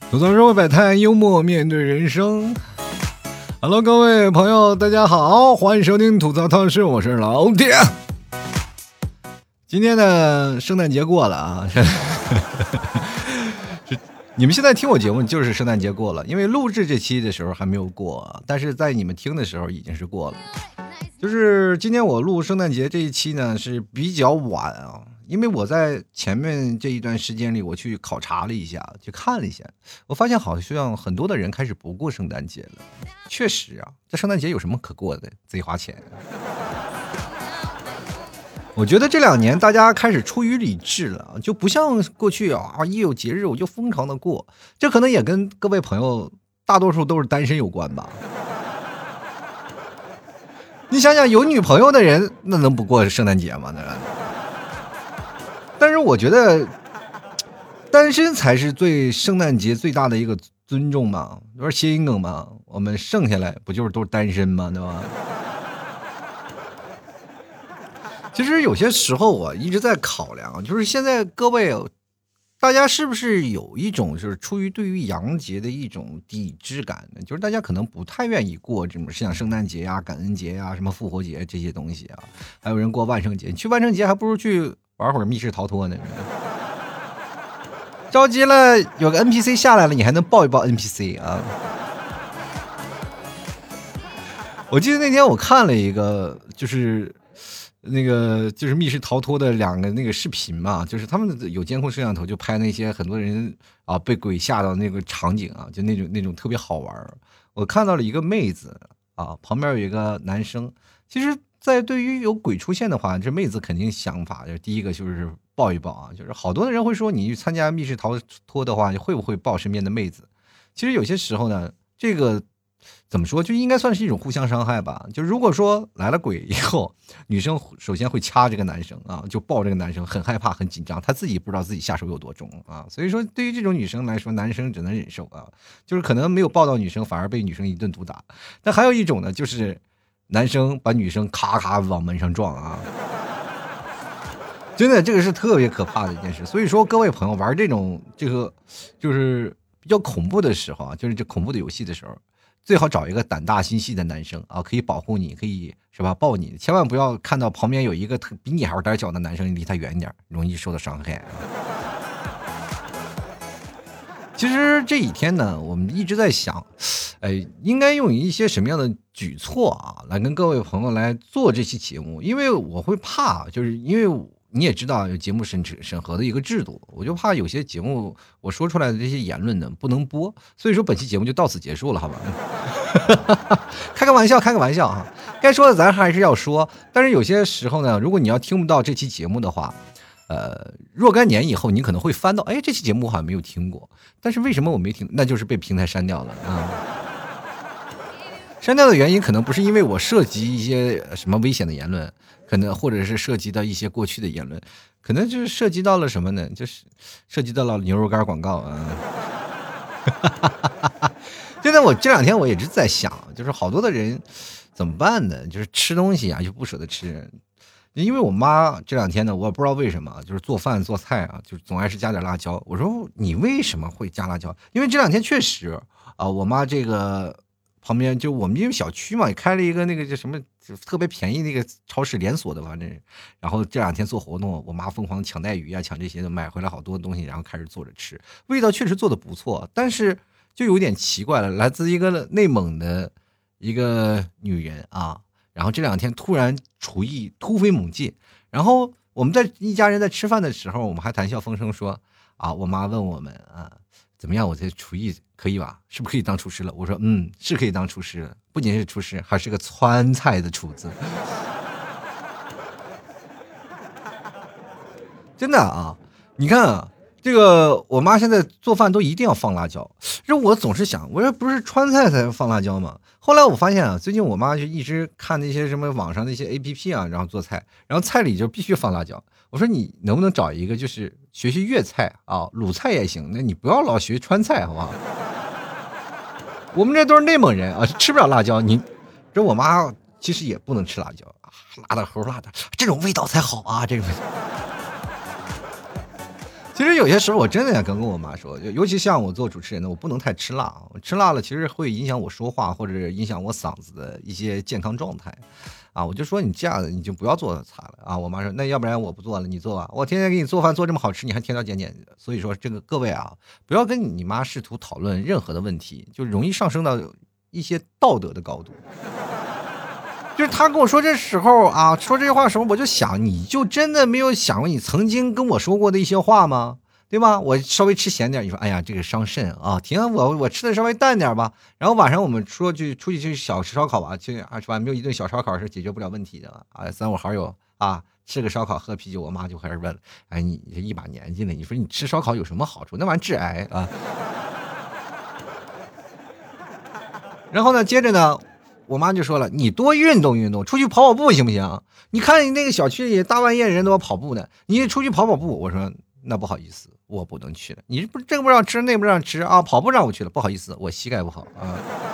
吐槽社会百态，幽默面对人生。Hello， 各位朋友，大家好，欢迎收听吐槽透视，我是老铁。今天的圣诞节过了啊，你们现在听我节目就是圣诞节过了，因为录制这期的时候还没有过，但是在你们听的时候已经是过了。就是今天我录圣诞节这一期呢是比较晚啊，因为我在前面这一段时间里我去考察了一下，去看了一下，我发现好像很多的人开始不过圣诞节了。确实啊，这圣诞节有什么可过的？自己花钱。我觉得这2年大家开始出于理智了，就不像过去啊，一有节日我就疯狂的过。这可能也跟各位朋友大多数都是单身有关吧。你想想，有女朋友的人那能不过圣诞节吗？但是我觉得单身才是对圣诞节最大的一个尊重嘛，不是谐音梗嘛？我们剩下来不就是都是单身吗？对吧？其实有些时候我一直在考量，就是现在各位大家是不是有一种就是出于对于洋节的一种抵制感呢？就是大家可能不太愿意过这种像圣诞节呀、感恩节呀、什么复活节这些东西啊，还有人过万圣节，你去万圣节还不如去玩会儿密室逃脱呢。着急了，有个 NPC 下来了，你还能抱一抱 NPC 啊。我记得那天我看了一个，就是密室逃脱的2个那个视频嘛，就是他们有监控摄像头，就拍那些很多人啊被鬼吓到那个场景啊，就那种特别好玩。我看到了一个妹子啊，旁边有一个男生。其实，在对于有鬼出现的话，这妹子肯定想法就第一个就是抱一抱啊，就是好多的人会说你去参加密室逃脱的话，你会不会抱身边的妹子？其实有些时候呢，这个。怎么说，就应该算是一种互相伤害吧。就如果说来了鬼以后，女生首先会掐这个男生啊，就抱这个男生，很害怕很紧张，她自己不知道自己下手有多重啊。所以说对于这种女生来说，男生只能忍受啊，就是可能没有抱到女生，反而被女生一顿毒打。但还有一种呢，就是男生把女生咔咔往门上撞啊，真的这个是特别可怕的一件事。所以说各位朋友玩这种就是比较恐怖的时候啊，就是这恐怖的游戏的时候，最好找一个胆大心细的男生啊，可以保护你，可以是吧抱你，千万不要看到旁边有一个比你还要胆小的男生，离他远一点，容易受到伤害。其实这几天呢，我们一直在想，应该用一些什么样的举措啊，来跟各位朋友来做这期节目，因为我会怕，就是因为你也知道有节目审核的一个制度，我就怕有些节目我说出来的这些言论呢不能播，所以说本期节目就到此结束了，好吧？开个玩笑啊，该说的咱还是要说，但是有些时候呢，如果你要听不到这期节目的话，若干年以后你可能会翻到，这期节目我好像没有听过，但是为什么我没听？那就是被平台删掉了啊。删掉的原因可能不是因为我涉及一些什么危险的言论，可能或者是涉及到一些过去的言论，可能就是涉及到了什么呢？就是涉及到了牛肉干广告啊。现在我这2天我也是在想，就是好多的人怎么办呢？就是吃东西啊就不舍得吃，因为我妈这2天呢，我也不知道为什么，就是做饭做菜啊，就总爱是加点辣椒。我说你为什么会加辣椒？因为这2天确实啊，我妈这个。旁边就我们因为小区嘛，也开了一个那个叫什么特别便宜那个超市连锁的，反正然后这2天做活动，我妈疯狂抢带鱼啊，抢这些的，买回来好多东西，然后开始做着吃，味道确实做的不错，但是就有点奇怪了，来自一个内蒙的一个女人啊，然后这2天突然厨艺突飞猛进，然后我们在一家人在吃饭的时候，我们还谈笑风生说啊，我妈问我们啊。怎么样？我这厨艺可以吧？是不是可以当厨师了？我说，是可以当厨师了，不仅是厨师，还是个川菜的厨子。真的啊，你看啊，这个我妈现在做饭都一定要放辣椒，这我总是想，我说不是川菜才放辣椒吗？后来我发现啊，最近我妈就一直看那些什么网上那些 APP 啊，然后做菜，然后菜里就必须放辣椒。我说你能不能找一个就是学粤菜啊，鲁菜也行，那你不要老学川菜好不好？我们这都是内蒙人啊，吃不了辣椒。你这我妈其实也不能吃辣椒啊，辣的齁辣的，这种味道才好啊，这个味道。 其实有些时候我真的想跟我妈说，尤其像我做主持人的，我不能太吃辣，我吃辣了其实会影响我说话或者影响我嗓子的一些健康状态。啊，我就说你这样你就不要做菜了啊！我妈说那要不然我不做了，你做吧，我天天给你做饭做这么好吃，你还挑挑拣拣的。所以说这个各位啊，不要跟你妈试图讨论任何的问题，就容易上升到一些道德的高度。就是他跟我说这时候啊，说这些话的时候，我就想，你就真的没有想过你曾经跟我说过的一些话吗？对吧？我稍微吃咸点，你说，哎呀，这个伤肾啊，停，我吃的稍微淡点吧。然后晚上我们说出去小吃烧烤吧，去是吧？没有一顿小烧烤是解决不了问题的啊。三五好友啊，吃个烧烤喝啤酒，我妈就开始问了，哎，你这一把年纪了，你说你吃烧烤有什么好处？那玩意致癌啊。然后呢，接着呢，我妈就说了，你多运动运动，出去跑跑步行不行？你看你那个小区里大半夜人都要跑步呢，你出去跑跑步。我说那不好意思，我不能去了。你不这个不让吃，那个不让吃啊，跑步让我去了，不好意思，我膝盖不好啊。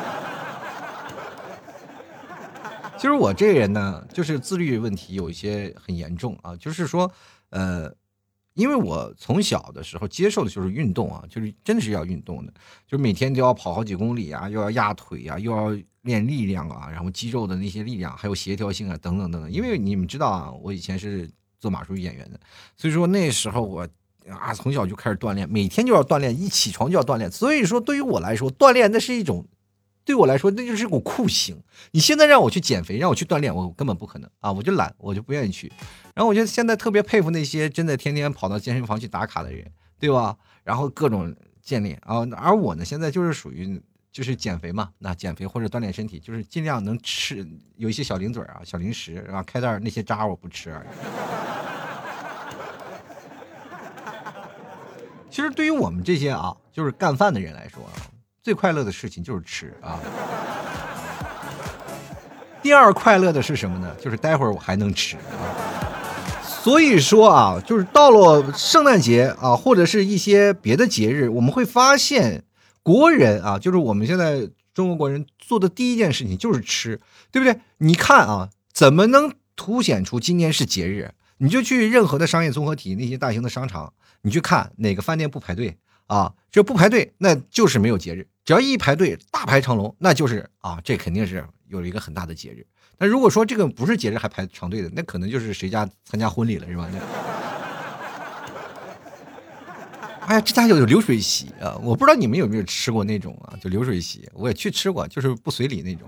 其实我这个人呢，就是自律问题有一些很严重啊，就是说，呃，因为我从小的时候接受的就是运动啊，就是真的是要运动的，就是每天都要跑好几公里啊，又要压腿啊，又要练力量啊，然后肌肉的那些力量，还有协调性啊，等等等等。因为你们知道啊，我以前是做马术演员的，所以说那时候我啊从小就开始锻炼，每天就要锻炼，一起床就要锻炼。所以说对于我来说，锻炼那是一种。对我来说，那就是一种酷刑。你现在让我去减肥，让我去锻炼，我根本不可能啊！我就懒，我就不愿意去。然后我就现在特别佩服那些真的天天跑到健身房去打卡的人，对吧？然后各种健练啊，而我呢，现在就是属于就是减肥嘛，那减肥或者锻炼身体，就是尽量能吃有一些小零嘴啊、小零食，然后开袋那些渣我不吃而已。其实对于我们这些啊，就是干饭的人来说啊，最快乐的事情就是吃啊。第二快乐的是什么呢？就是待会儿我还能吃啊。所以说啊，就是到了圣诞节啊，或者是一些别的节日，我们会发现国人啊，就是我们现在中国国人做的第一件事情就是吃，对不对？你看啊，怎么能凸显出今天是节日？你就去任何的商业综合体那些大型的商场，你去看哪个饭店不排队啊？这不排队，那就是没有节日。只要一排队，大排长龙，那就是啊，这肯定是有了一个很大的节日。那如果说这个不是节日还排长队的，那可能就是谁家参加婚礼了，是吧？哎呀，这家有流水席啊！我不知道你们有没有吃过那种啊，就流水席，我也去吃过，就是不随礼那种。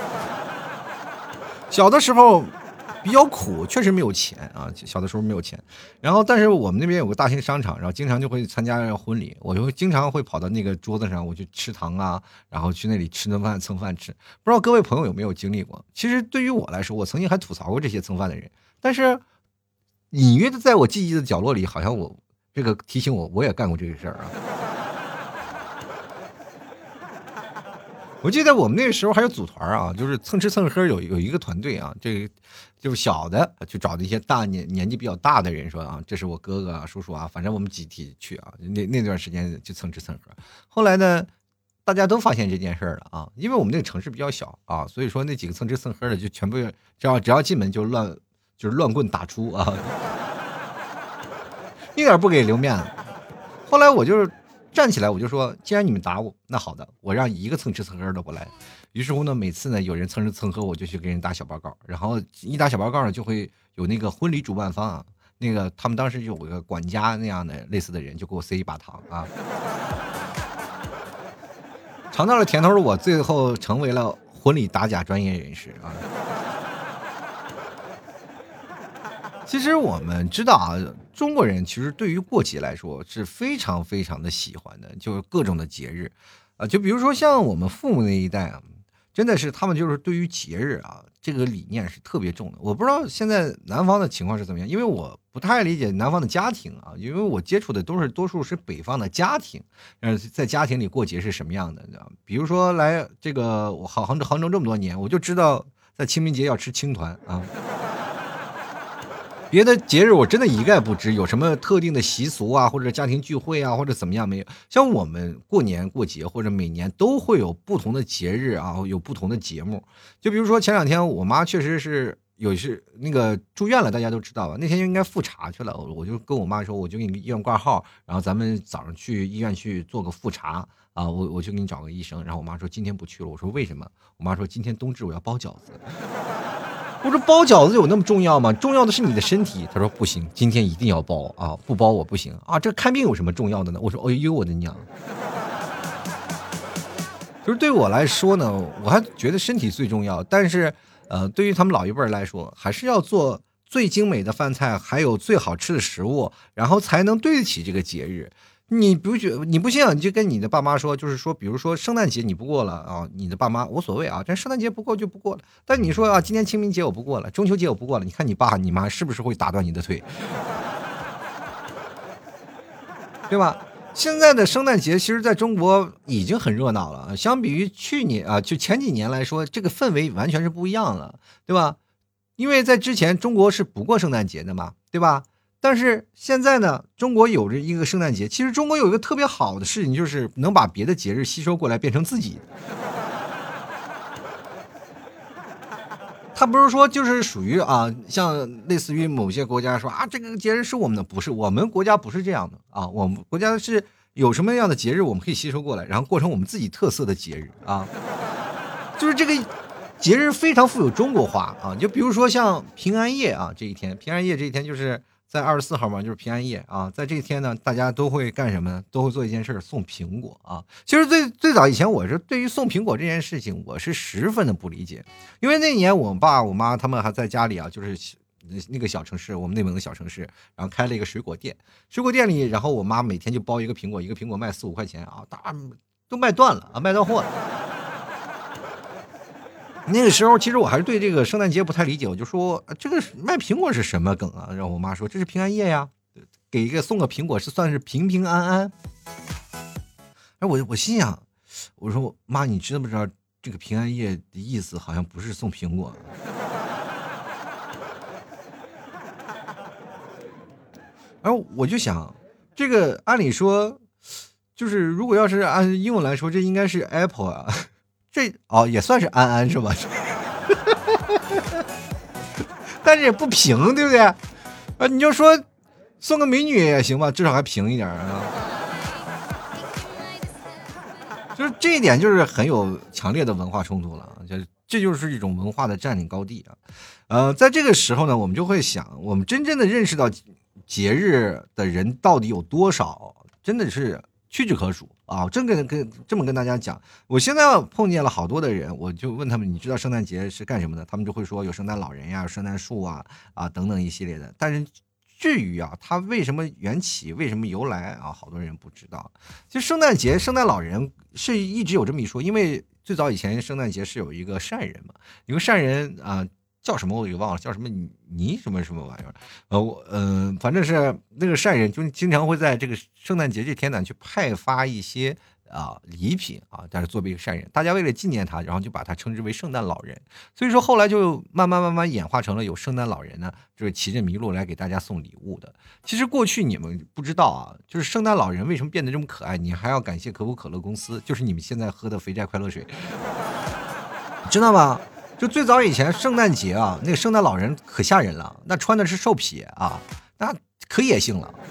小的时候比较苦，确实没有钱啊，小的时候没有钱。然后，但是我们那边有个大型商场，然后经常就会参加婚礼，我就经常会跑到那个桌子上，我去吃糖啊，然后去那里吃顿饭蹭饭吃。不知道各位朋友有没有经历过？其实对于我来说，我曾经还吐槽过这些蹭饭的人，但是隐约的在我记忆的角落里，好像我这个提醒我也干过这个事儿啊。我记得我们那个时候还有组团啊，就是蹭吃蹭喝有一个团队啊，这个就是小的就找的一些年纪比较大的人说啊，这是我哥哥啊、叔叔啊，反正我们集体去啊，那段时间就蹭吃蹭喝。后来呢，大家都发现这件事儿了啊，因为我们那个城市比较小啊，所以说那几个蹭吃蹭喝的就全部只要进门就乱棍打出啊，一点不给留面子。后来我就是站起来，我就说，既然你们打我，那好的，我让一个蹭吃蹭喝的不来。于是乎呢，每次呢有人蹭吃蹭喝，我就去给人打小报告，然后一打小报告呢，就会有那个婚礼主办方啊，那个他们当时有个管家那样的类似的人，就给我塞一把糖啊。尝到了甜头的我，最后成为了婚礼打假专业人士啊。其实我们知道啊，中国人其实对于过节来说是非常非常的喜欢的，就是各种的节日，啊，就比如说像我们父母那一代啊，真的是他们就是对于节日啊这个理念是特别重的。我不知道现在南方的情况是怎么样，因为我不太理解南方的家庭啊，因为我接触的多数是北方的家庭，在家庭里过节是什么样的？你知道吗？比如说来这个我杭州这么多年，我就知道在清明节要吃青团啊。别的节日我真的一概不知，有什么特定的习俗啊，或者家庭聚会啊，或者怎么样没有？像我们过年过节或者每年都会有不同的节日啊，有不同的节目。就比如说前两天我妈确实是有是那个住院了，大家都知道吧？那天就应该复查去了，我就跟我妈说，我就给你医院挂号，然后咱们早上去医院去做个复查啊，我就给你找个医生。然后我妈说今天不去了，我说为什么？我妈说今天冬至我要包饺子。我说包饺子有那么重要吗？重要的是你的身体。她说不行，今天一定要包啊，不包我不行啊。这看病有什么重要的呢？我说哎呦我的娘！就是对我来说呢，我还觉得身体最重要，但是对于他们老一辈儿来说，还是要做最精美的饭菜，还有最好吃的食物，然后才能对得起这个节日。你不信啊，你就跟你的爸妈说，就是说，比如说圣诞节你不过了啊，你的爸妈无所谓啊，这圣诞节不过就不过了。但你说啊，今天清明节我不过了，中秋节我不过了，你看你爸你妈是不是会打断你的腿，对吧？现在的圣诞节其实在中国已经很热闹了，相比于去年啊，就前几年来说，这个氛围完全是不一样了，对吧？因为在之前中国是不过圣诞节的嘛，对吧？但是现在呢，中国有着一个圣诞节，其实中国有一个特别好的事情，就是能把别的节日吸收过来变成自己的。他不是说就是属于啊，像类似于某些国家说啊，这个节日是我们的，不是我们国家不是这样的啊，我们国家是有什么样的节日我们可以吸收过来，然后过成我们自己特色的节日啊，就是这个节日非常富有中国化啊，就比如说像平安夜啊这一天，平安夜这一天就是在24号嘛，就是平安夜啊，在这一天呢，大家都会干什么呢？都会做一件事儿，送苹果啊。其实最早以前，我是对于送苹果这件事情，我是十分的不理解，因为那年我爸我妈他们还在家里啊，就是那个小城市，我们内蒙的小城市，然后开了一个水果店，水果店里，然后我妈每天就包一个苹果，一个苹果卖4-5块钱啊，都卖断了啊，卖断货了。那个时候，其实我还是对这个圣诞节不太理解，我就说这个卖苹果是什么梗啊？然后我妈说这是平安夜呀，给一个送个苹果是算是平平安安。哎，我心想，我说妈，你知不知道这个平安夜的意思好像不是送苹果？然后我就想，这个按理说，就是如果要是按英文来说，这应该是 Apple 啊，这哦也算是安安是吧？但是也不平，对不对？你就说送个美女也行吧，至少还平一点啊。就是这一点，就是很有强烈的文化冲突了，这就是一种文化的占领高地啊。在这个时候呢，我们就会想，我们真正的认识到节日的人到底有多少，真的是屈指可数啊！这么跟大家讲，我现在碰见了好多的人，我就问他们，你知道圣诞节是干什么的？他们就会说有圣诞老人呀、圣诞树啊等等一系列的。但是至于啊，它为什么缘起、为什么由来啊，好多人不知道。其实圣诞节、圣诞老人是一直有这么一说，因为最早以前圣诞节是有一个善人嘛，有个善人啊。叫什么我给忘了，叫什么泥什么什么玩意儿，反正是那个善人就经常会在这个圣诞节这天呢去派发一些礼品啊，但是作为一个善人，大家为了纪念他，然后就把他称之为圣诞老人。所以说后来就慢慢演化成了有圣诞老人呢，就是骑着麋鹿来给大家送礼物的。其实过去你们不知道啊，就是圣诞老人为什么变得这么可爱，你还要感谢可口可乐公司，就是你们现在喝的肥宅快乐水，知道吗？就最早以前圣诞节啊，那个圣诞老人可吓人了，那穿的是兽皮啊，那可野性了。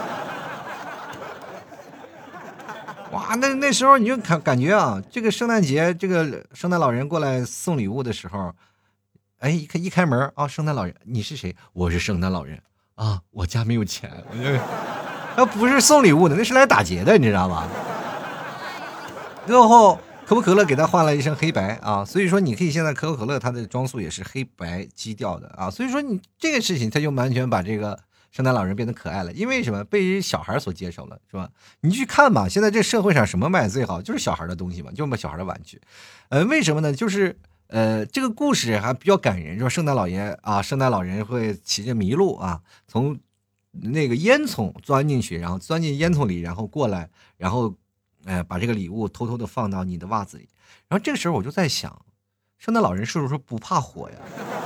哇，那时候你就感觉啊，这个圣诞节，这个圣诞老人过来送礼物的时候，哎，一开门啊，圣诞老人，你是谁？我是圣诞老人啊，我家没有钱，那不是送礼物的，那是来打劫的，你知道吗？最后可口可乐给他换了一身黑白啊，所以说你可以现在可口可乐它的装束也是黑白基调的啊，所以说你这个事情它就完全把这个圣诞老人变得可爱了，因为什么？被小孩所接受了，是吧？你去看吧，现在这社会上什么卖最好，就是小孩的东西嘛，就是小孩的玩具。为什么呢？就是这个故事还比较感人，说圣诞老爷啊，圣诞老人会骑着麋鹿啊，从那个烟囱钻进去，然后钻进烟囱里，然后过来，然后把这个礼物偷偷的放到你的袜子里。然后这个时候我就在想，圣诞老人是不是不怕火呀？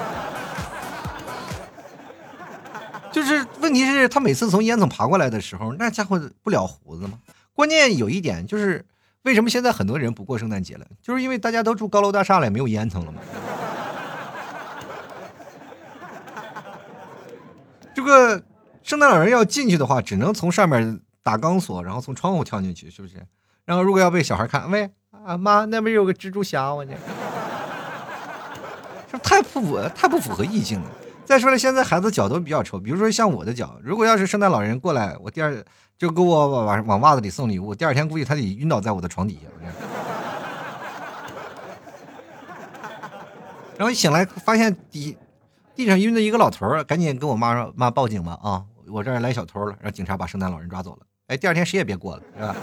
就是问题是，他每次从烟囱爬过来的时候，那家伙不了胡子吗？关键有一点就是，为什么现在很多人不过圣诞节了？就是因为大家都住高楼大厦了，也没有烟囱了嘛。 这个圣诞老人要进去的话，只能从上面打钢索，然后从窗户跳进去，是不是？然后如果要被小孩看，喂啊妈，那边有个蜘蛛侠，我这太不符合意境了。再说了，现在孩子脚都比较臭，比如说像我的脚，如果要是圣诞老人过来，我第二就给我往袜子里送礼物，第二天估计他得晕倒在我的床底下。然后一醒来发现地上晕着一个老头儿，赶紧跟我妈说：“妈，报警吧啊！我这儿来小偷了。”让警察把圣诞老人抓走了。哎，第二天谁也别过了，是吧？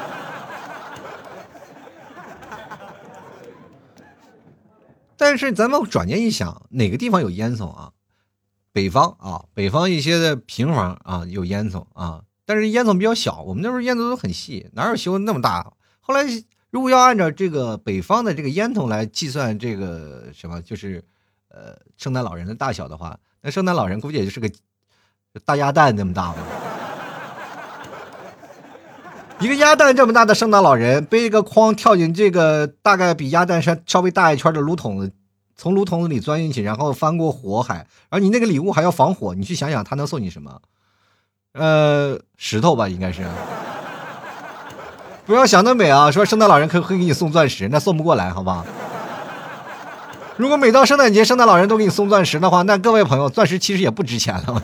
但是咱们转念一想，哪个地方有烟囱啊？北方啊，北方一些的平房啊有烟囱啊，但是烟囱比较小，我们那时候烟囱都很细，哪有修那么大？后来如果要按照这个北方的这个烟囱来计算这个什么，就是圣诞老人的大小的话，那圣诞老人估计也就是个大鸭蛋那么大吧。一个鸭蛋这么大的圣诞老人背一个筐跳进这个大概比鸭蛋稍微大一圈的炉筒子，从炉筒子里钻进去，然后翻过火海，而你那个礼物还要防火，你去想想他能送你什么？石头吧，应该是。不要想得美啊，说圣诞老人会给你送钻石，那送不过来，好吧？如果每到圣诞节，圣诞老人都给你送钻石的话，那各位朋友，钻石其实也不值钱了。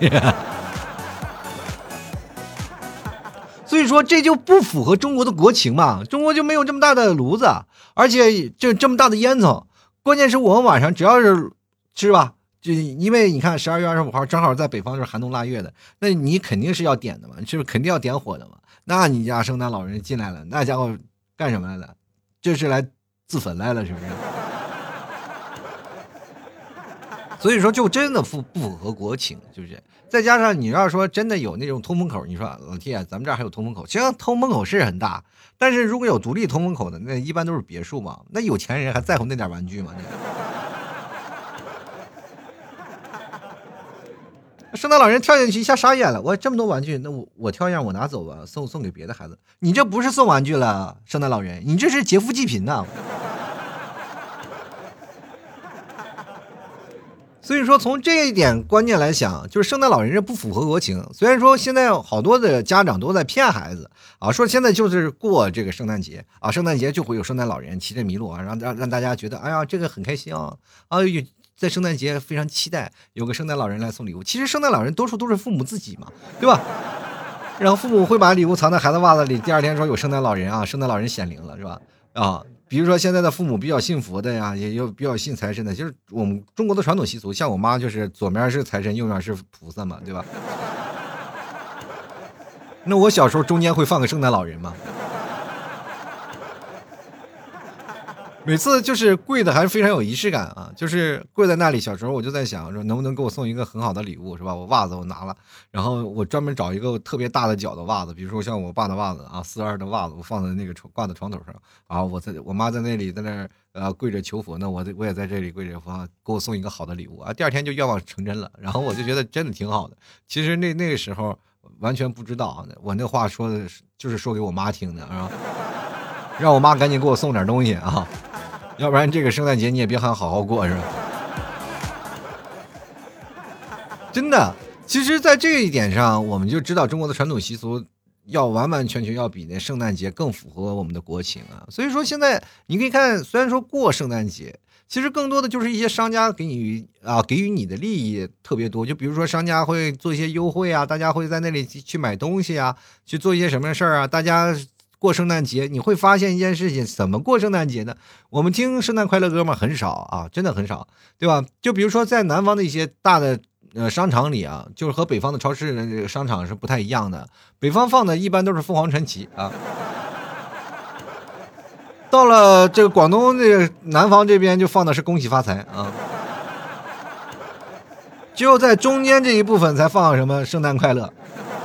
所以说这就不符合中国的国情嘛，中国就没有这么大的炉子，而且这么大的烟囱，关键是我们晚上只要是吧，就因为你看12月25号正好在北方是寒冬腊月的，那你肯定是要点的嘛，是不是肯定要点火的嘛？那你家圣诞老人进来了，那家伙干什么来了？这是来自焚来了，是不是？所以说就真的不符合国情，是不是？再加上你要说真的有那种通风口，你说老铁，咱们这儿还有通风口，其实通风口是很大，但是如果有独立通风口的，那一般都是别墅嘛，那有钱人还在乎那点玩具吗？圣诞老人跳进去一下傻眼了，我这么多玩具，那我挑一样我拿走吧，送给别的孩子。你这不是送玩具了，圣诞老人，你这是劫富济贫呐！所以说，从这一点观念来讲，就是圣诞老人这不符合国情。虽然说现在好多的家长都在骗孩子啊，说现在就是过这个圣诞节啊，圣诞节就会有圣诞老人骑着麋鹿啊，让大家觉得哎呀这个很开心啊啊，在圣诞节非常期待有个圣诞老人来送礼物。其实圣诞老人多数都是父母自己嘛，对吧？然后父母会把礼物藏在孩子袜子里，第二天说有圣诞老人啊，圣诞老人显灵了，是吧？啊。比如说现在的父母比较信佛的呀，也有比较信财神的，就是我们中国的传统习俗，像我妈就是左面是财神，右面是菩萨嘛，对吧？那我小时候中间会放个圣诞老人嘛，每次就是跪的还是非常有仪式感啊，就是跪在那里。小时候我就在想说，能不能给我送一个很好的礼物，是吧？我袜子我拿了，然后我专门找一个特别大的脚的袜子，比如说像我爸的袜子啊，42的袜子，我放在那个挂在床头上啊。我妈在那里在那跪着求佛呢，我也在这里跪着佛，给我送一个好的礼物啊。第二天就愿望成真了，然后我就觉得真的挺好的。其实那个时候完全不知道啊，我那话说的就是说给我妈听的啊，让我妈赶紧给我送点东西啊。要不然这个圣诞节你也别好好过，是吧？真的，其实在这一点上我们就知道中国的传统习俗要完完全全要比那圣诞节更符合我们的国情啊。所以说现在你可以看，虽然说过圣诞节，其实更多的就是一些商家给予你的利益特别多，就比如说商家会做一些优惠啊，大家会在那里去买东西啊，去做一些什么事儿啊，大家过圣诞节你会发现一件事情，怎么过圣诞节呢？我们听圣诞快乐歌嘛很少啊，真的很少，对吧？就比如说在南方的一些大的商场里啊，就是和北方的超市的这个商场是不太一样的。北方放的一般都是凤凰传奇啊，到了这个广东这个南方这边就放的是恭喜发财啊，只有在中间这一部分才放什么圣诞快乐。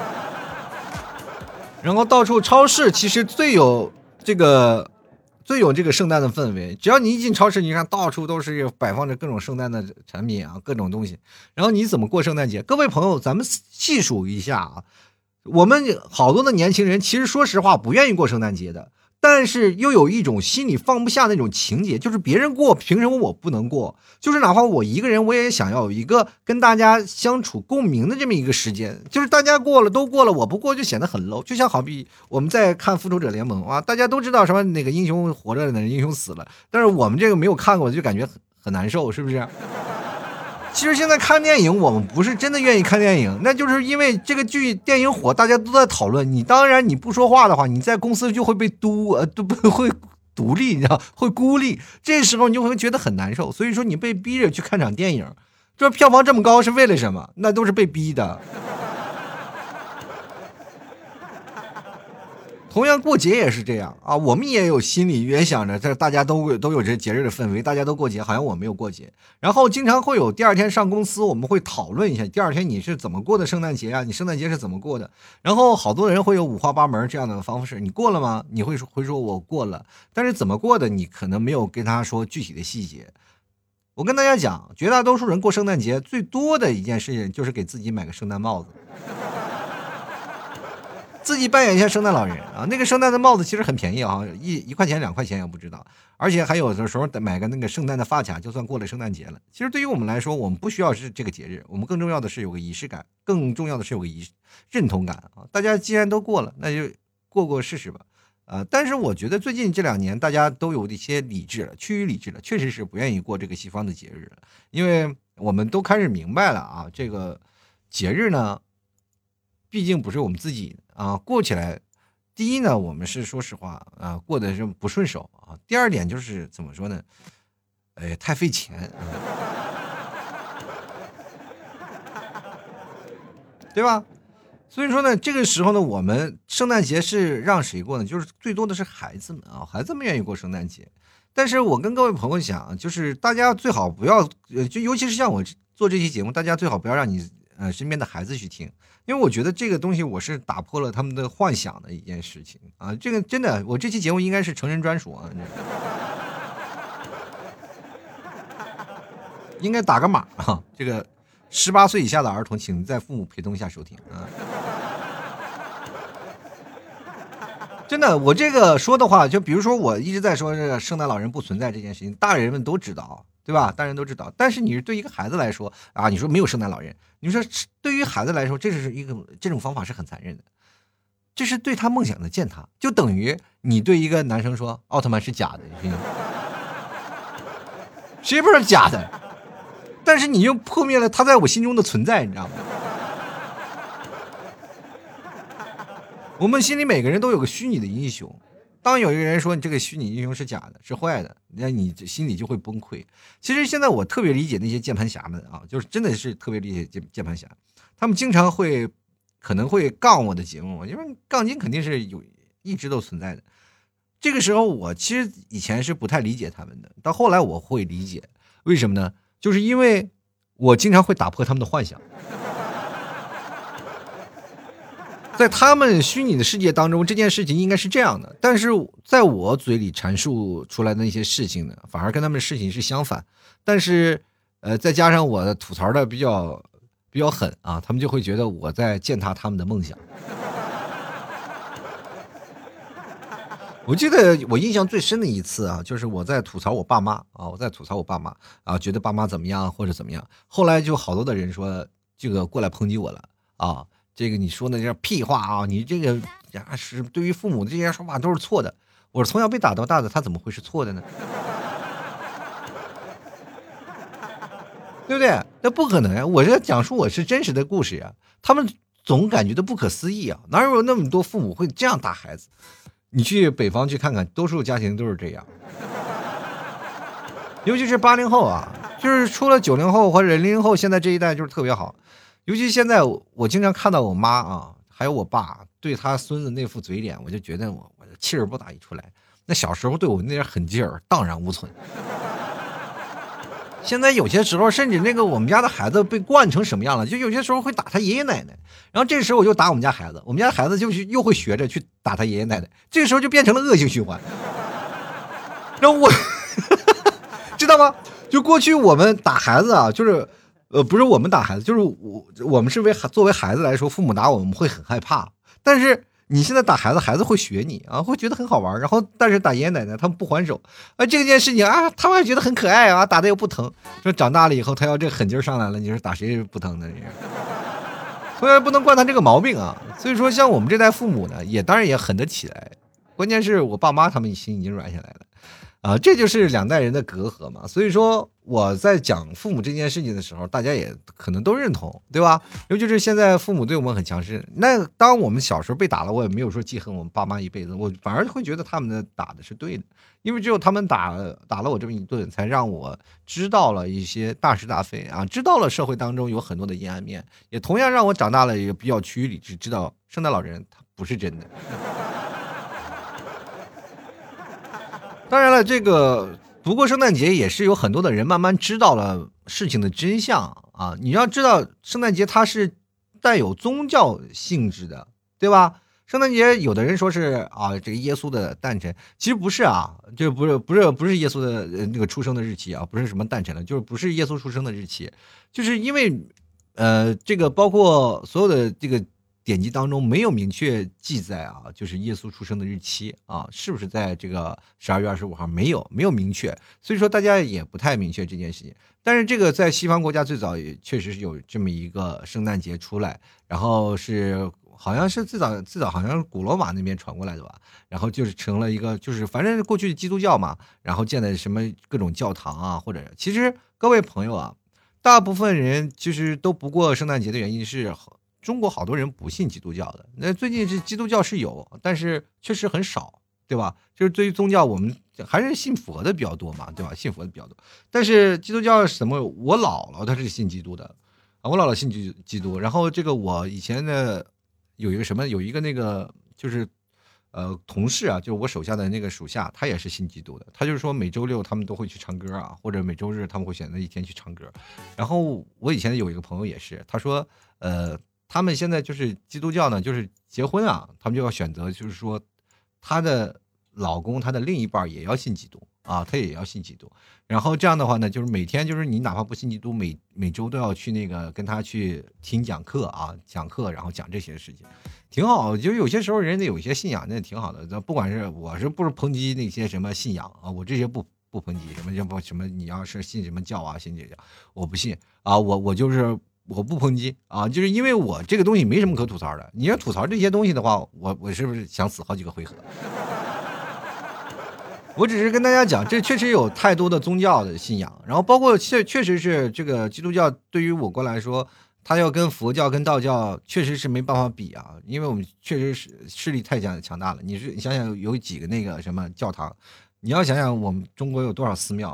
然后到处超市其实最有这个圣诞的氛围，只要你一进超市，你看到处都是摆放着各种圣诞的产品啊，各种东西。然后你怎么过圣诞节？各位朋友，咱们细数一下啊，我们好多的年轻人其实说实话不愿意过圣诞节的， 但是又有一种心里放不下那种情节，就是别人过，凭什么我不能过？就是哪怕我一个人，我也想要有一个跟大家相处共鸣的这么一个时间。就是大家过了都过了，我不过就显得很 low。就像好比我们在看复仇者联盟啊，大家都知道什么哪个英雄活着，哪个英雄死了，但是我们这个没有看过，就感觉很难受，是不是？其实现在看电影，我们不是真的愿意看电影，那就是因为这个剧电影火，大家都在讨论。你当然你不说话的话，你在公司就会被都不会独立，你知道，会孤立。这时候你就会觉得很难受。所以说你被逼着去看场电影，这票房这么高是为了什么？那都是被逼的。同样过节也是这样啊，我们也有心里也想着，这大家都有这节日的氛围，大家都过节，好像我没有过节。然后经常会有第二天上公司，我们会讨论一下第二天你是怎么过的圣诞节啊？你圣诞节是怎么过的？然后好多人会有五花八门这样的方式，你过了吗？你会说我过了，但是怎么过的你可能没有跟他说具体的细节。我跟大家讲，绝大多数人过圣诞节最多的一件事情就是给自己买个圣诞帽子。自己扮演一下圣诞老人啊，那个圣诞的帽子其实很便宜啊，一块钱2块钱也不知道，而且还有的时候买个那个圣诞的发卡，就算过了圣诞节了。其实对于我们来说，我们不需要是这个节日，我们更重要的是有个仪式感，更重要的是有个认同感啊。大家既然都过了，那就过试试吧。但是我觉得最近这2年大家都有一些理智了，趋于理智了，确实是不愿意过这个西方的节日了，因为我们都开始明白了啊，这个节日呢，毕竟不是我们自己啊，过起来，第一呢，我们是说实话啊，过得是不顺手啊。第二点就是怎么说呢？太费钱，对吧？所以说呢，这个时候呢，我们圣诞节是让谁过呢？就是最多的是孩子们啊，孩子们愿意过圣诞节。但是我跟各位朋友讲，就是大家最好不要，就尤其是像我做这期节目，大家最好不要让你身边的孩子去听，因为我觉得这个东西我是打破了他们的幻想的一件事情啊。这个真的，我这期节目应该是成人专属啊，应该打个码啊，这个18岁以下的儿童，请在父母陪同下收听啊。真的，我这个说的话，就比如说我一直在说这个圣诞老人不存在这件事情，大人们都知道，对吧？大人都知道，但是你是对一个孩子来说啊，你说没有圣诞老人，你说对于孩子来说，这种方法是很残忍的，这是对他梦想的践踏，就等于你对一个男生说奥特曼是假的，谁不是假的？但是你又破灭了他在我心中的存在，你知道吗？我们心里每个人都有个虚拟的英雄，当有一个人说你这个虚拟英雄是假的，是坏的，那你心里就会崩溃。其实现在我特别理解那些键盘侠们啊，就是真的是特别理解键盘侠，他们经常可能会杠我的节目，因为杠精肯定是一直都存在的。这个时候我其实以前是不太理解他们的，到后来我会理解，为什么呢？就是因为我经常会打破他们的幻想。在他们虚拟的世界当中，这件事情应该是这样的，但是在我嘴里阐述出来的那些事情呢，反而跟他们的事情是相反。但是，再加上我吐槽的比较狠啊，他们就会觉得我在践踏他们的梦想。我记得我印象最深的一次啊，就是我在吐槽我爸妈啊，觉得爸妈怎么样或者怎么样，后来就好多的人说这个过来抨击我了啊。这个你说的这屁话啊！你这个呀是对于父母的这些说法都是错的。我从小被打到大的，他怎么会是错的呢？对不对？那不可能呀！我这讲述我是真实的故事呀，他们总感觉到不可思议啊！哪有那么多父母会这样打孩子？你去北方去看看，多数家庭都是这样，尤其是80后啊，就是除了90后或者00后，现在这一代就是特别好。尤其现在我经常看到我妈啊，还有我爸对他孙子那副嘴脸，我就觉得我气儿不打一处来。那小时候对我那点狠劲儿荡然无存。现在有些时候，甚至那个我们家的孩子被惯成什么样了，就有些时候会打他爷爷奶奶，然后这时候我就打我们家孩子，我们家孩子就是又会学着去打他爷爷奶奶，这个时候就变成了恶性循环。然后我知道吗？就过去我们打孩子啊，就是不是我们打孩子，就是我们是作为孩子来说，父母打我们会很害怕。但是你现在打孩子，孩子会学你啊，会觉得很好玩。然后但是打爷爷奶奶他们不还手啊，这件事情啊，他们还觉得很可爱啊，打的又不疼。说长大了以后他要这狠劲儿上来了，你说打谁不疼呢？这所以不能惯他这个毛病啊。所以说像我们这代父母呢，也当然也狠得起来，关键是我爸妈他们心已经软下来了。啊，这就是两代人的隔阂嘛。所以说我在讲父母这件事情的时候，大家也可能都认同，对吧？尤其是现在父母对我们很强势，那当我们小时候被打了，我也没有说记恨我们爸妈一辈子，我反而会觉得他们的打的是对的，因为只有他们打了我这么一顿，才让我知道了一些大是大非啊，知道了社会当中有很多的阴暗面，也同样让我长大了也比较趋于理智，知道圣诞老人他不是真的。当然了，这个不过圣诞节也是有很多的人慢慢知道了事情的真相啊。你要知道，圣诞节它是带有宗教性质的，对吧？圣诞节有的人说是啊，这个耶稣的诞辰，其实不是啊，这不是耶稣的那个出生的日期啊，不是什么诞辰了，就是不是耶稣出生的日期，就是因为这个包括所有的这个典籍当中没有明确记载啊，就是耶稣出生的日期啊，是不是在这个12月25号没有明确，所以说大家也不太明确这件事情。但是这个在西方国家最早也确实是有这么一个圣诞节出来，然后是好像是最早好像是古罗马那边传过来的吧，然后就是成了一个就是反正过去基督教嘛，然后建的什么各种教堂啊，或者其实各位朋友啊，大部分人其实都不过圣诞节的原因是中国好多人不信基督教的，那最近是基督教是有，但是确实很少，对吧？就是对于宗教，我们还是信佛的比较多嘛，对吧？信佛的比较多，但是基督教是什么？我姥姥她是信基督的啊，我姥姥信基督，然后这个我以前的有一个那个就是同事啊，就是我手下的那个属下，他也是信基督的。他就是说每周六他们都会去唱歌啊，或者每周日他们会选择一天去唱歌。然后我以前有一个朋友也是，他说他们现在就是基督教呢，就是结婚啊，他们就要选择，就是说她的老公，他的另一半也要信基督啊，他也要信基督。然后这样的话呢，就是每天就是你哪怕不信基督，每周都要去那个跟他去听讲课啊，讲课，然后讲这些事情，挺好。就有些时候人家有一些信仰，那挺好的。不管是我是不是抨击那些什么信仰啊，我这些不抨击什么，你要是信什么教啊，信这个我不信啊，我就是。我不抨击啊，就是因为我这个东西没什么可吐槽的。你要吐槽这些东西的话，我是不是想死好几个回合？我只是跟大家讲，这确实有太多的宗教的信仰，然后包括确实是这个基督教对于我国来说，它要跟佛教跟道教确实是没办法比啊，因为我们确实是势力太强大了。你想想有几个那个什么教堂，你要想想我们中国有多少寺庙，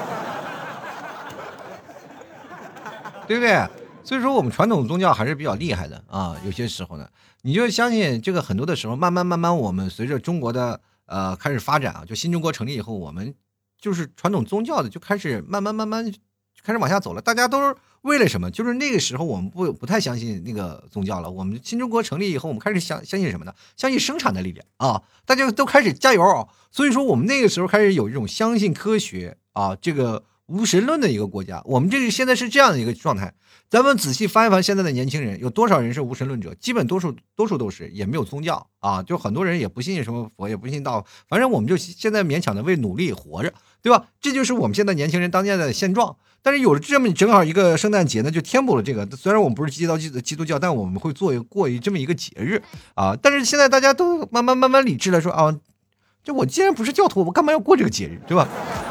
对不对？所以说我们传统宗教还是比较厉害的啊，有些时候呢，你就相信这个很多的时候，慢慢，我们随着中国的开始发展啊，就新中国成立以后，我们就是传统宗教的就开始慢慢就开始往下走了。大家都是为了什么？就是那个时候我们不太相信那个宗教了。我们新中国成立以后，我们开始相信什么呢？相信生产的力量啊！大家都开始加油。所以说我们那个时候开始有一种相信科学啊，这个无神论的一个国家。我们这个现在是这样的一个状态。咱们仔细翻一翻现在的年轻人，有多少人是无神论者？基本多数都是，也没有宗教啊，就很多人也不信什么佛，也不信道，反正我们就现在勉强的为努力活着，对吧？这就是我们现在年轻人当下的现状。但是有了这么正好一个圣诞节呢，就填补了这个。虽然我们不是基督教，但我们会过这么一个节日啊。但是现在大家都慢慢理智了，说啊，这我既然不是教徒，我干嘛要过这个节日，对吧？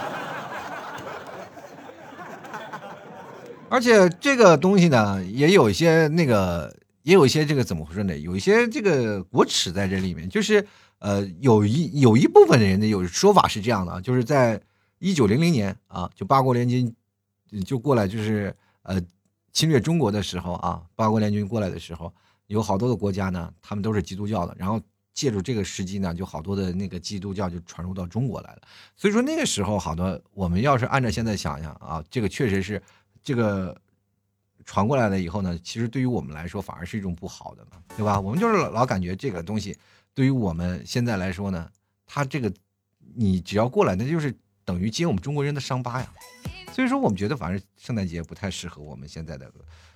而且这个东西呢，也有一些这个怎么回事呢？有一些这个国耻在这里面，就是有一部分人的有说法是这样的啊，就是在1900年啊，就八国联军就过来，就是侵略中国的时候啊，八国联军过来的时候，有好多的国家呢，他们都是基督教的，然后借助这个时机呢，就好多的那个基督教就传入到中国来了。所以说那个时候，好多我们要是按照现在想想啊，这个确实是。这个传过来了以后呢，其实对于我们来说反而是一种不好的嘛，对吧？我们就是老感觉这个东西对于我们现在来说呢，它这个你只要过来，那就是等于揭我们中国人的伤疤呀。所以说我们觉得反正圣诞节不太适合我们现在的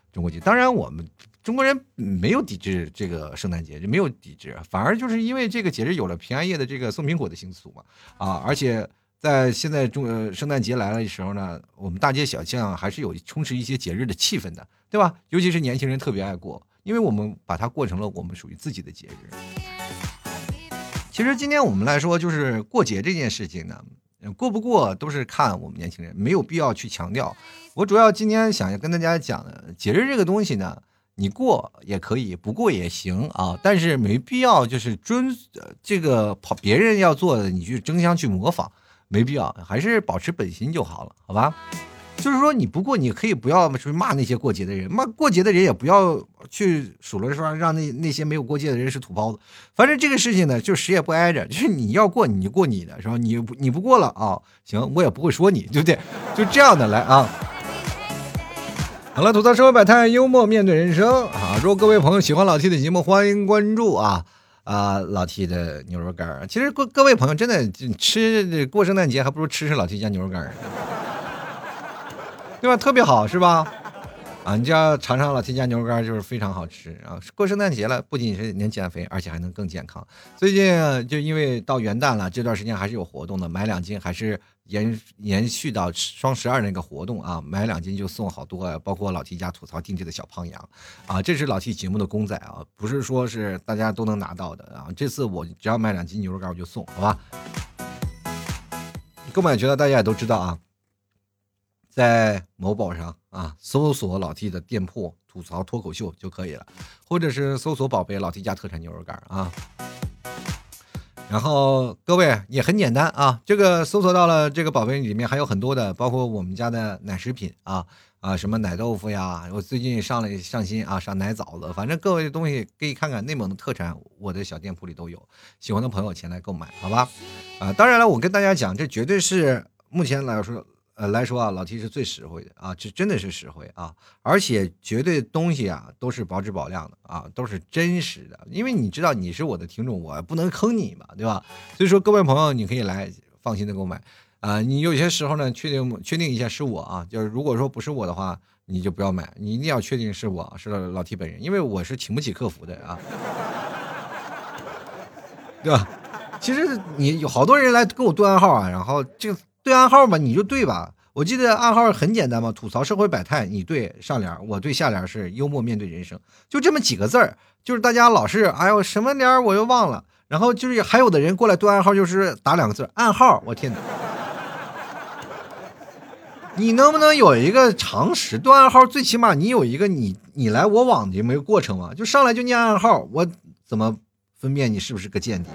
中国节。当然，我们中国人没有抵制这个圣诞节，没有抵制，反而就是因为这个节日有了平安夜的这个送苹果的习俗嘛，而且在现在圣诞节来了的时候呢，我们大街小巷还是有充斥一些节日的气氛的，对吧？尤其是年轻人特别爱过，因为我们把它过成了我们属于自己的节日。其实今天我们来说，就是过节这件事情呢，过不过都是看我们年轻人，没有必要去强调。我主要今天想要跟大家讲的，节日这个东西呢，你过也可以，不过也行啊，但是没必要就是这个跑别人要做的，你去争相去模仿，没必要，还是保持本心就好了，好吧？就是说你不过，你可以不要去骂那些过节的人，骂过节的人也不要去数落说让那些没有过节的人是土包子。反正这个事情呢，就谁也不挨着，就是你要过你就过你的，是吧？你不过了啊，行，我也不会说你，对不对？就这样的来啊。好了，吐槽生活百态，幽默面对人生啊！如果各位朋友喜欢老 T 的节目，欢迎关注老 T 的牛肉干。其实各位朋友真的过圣诞节，还不如吃老 T 家牛肉干。对吧？特别好是吧？你就要尝尝老 T 家牛肉干，就是非常好吃啊！过圣诞节了，不仅是能减肥，而且还能更健康。最近就因为到元旦了，这段时间还是有活动的，买2斤还是延续到双12那个活动啊！买2斤就送好多，包括老 T 家吐槽定制的小胖羊啊！这是老 T 节目的公仔啊，不是说是大家都能拿到的啊！这次我只要买2斤牛肉干我就送，好吧？购买渠道大家也都知道啊。在某宝上搜索老 T 的店铺吐槽脱口秀就可以了，或者是搜索宝贝老 T 家特产牛肉干啊。然后各位也很简单啊，这个搜索到了这个宝贝里面还有很多的，包括我们家的奶食品什么奶豆腐呀，我最近上新上奶枣子，反正各位的东西可以看看内蒙的特产，我的小店铺里都有，喜欢的朋友前来购买，好吧？当然了，我跟大家讲，这绝对是目前来说老 T 是最实惠的这真的是实惠而且绝对东西都是保质保量的都是真实的，因为你知道你是我的听众，我不能坑你嘛，对吧？所以说各位朋友，你可以来放心的购买你有些时候呢，确定一下是我就是如果说不是我的话，你就不要买，你一定要确定是我是老 T 本人，因为我是请不起客服的对吧？其实你有好多人来跟我对暗号然后这个对暗号吧，你就对吧？我记得暗号很简单嘛，吐槽社会百态，你对上联，我对下联是幽默面对人生，就这么几个字儿。就是大家老是哎呦什么联我又忘了，然后就是还有的人过来对暗号，就是打2个字暗号，我天哪！你能不能有一个常识？对暗号最起码你有一个你来我往的这么一个过程嘛，就上来就念暗号，我怎么分辨你是不是个间谍？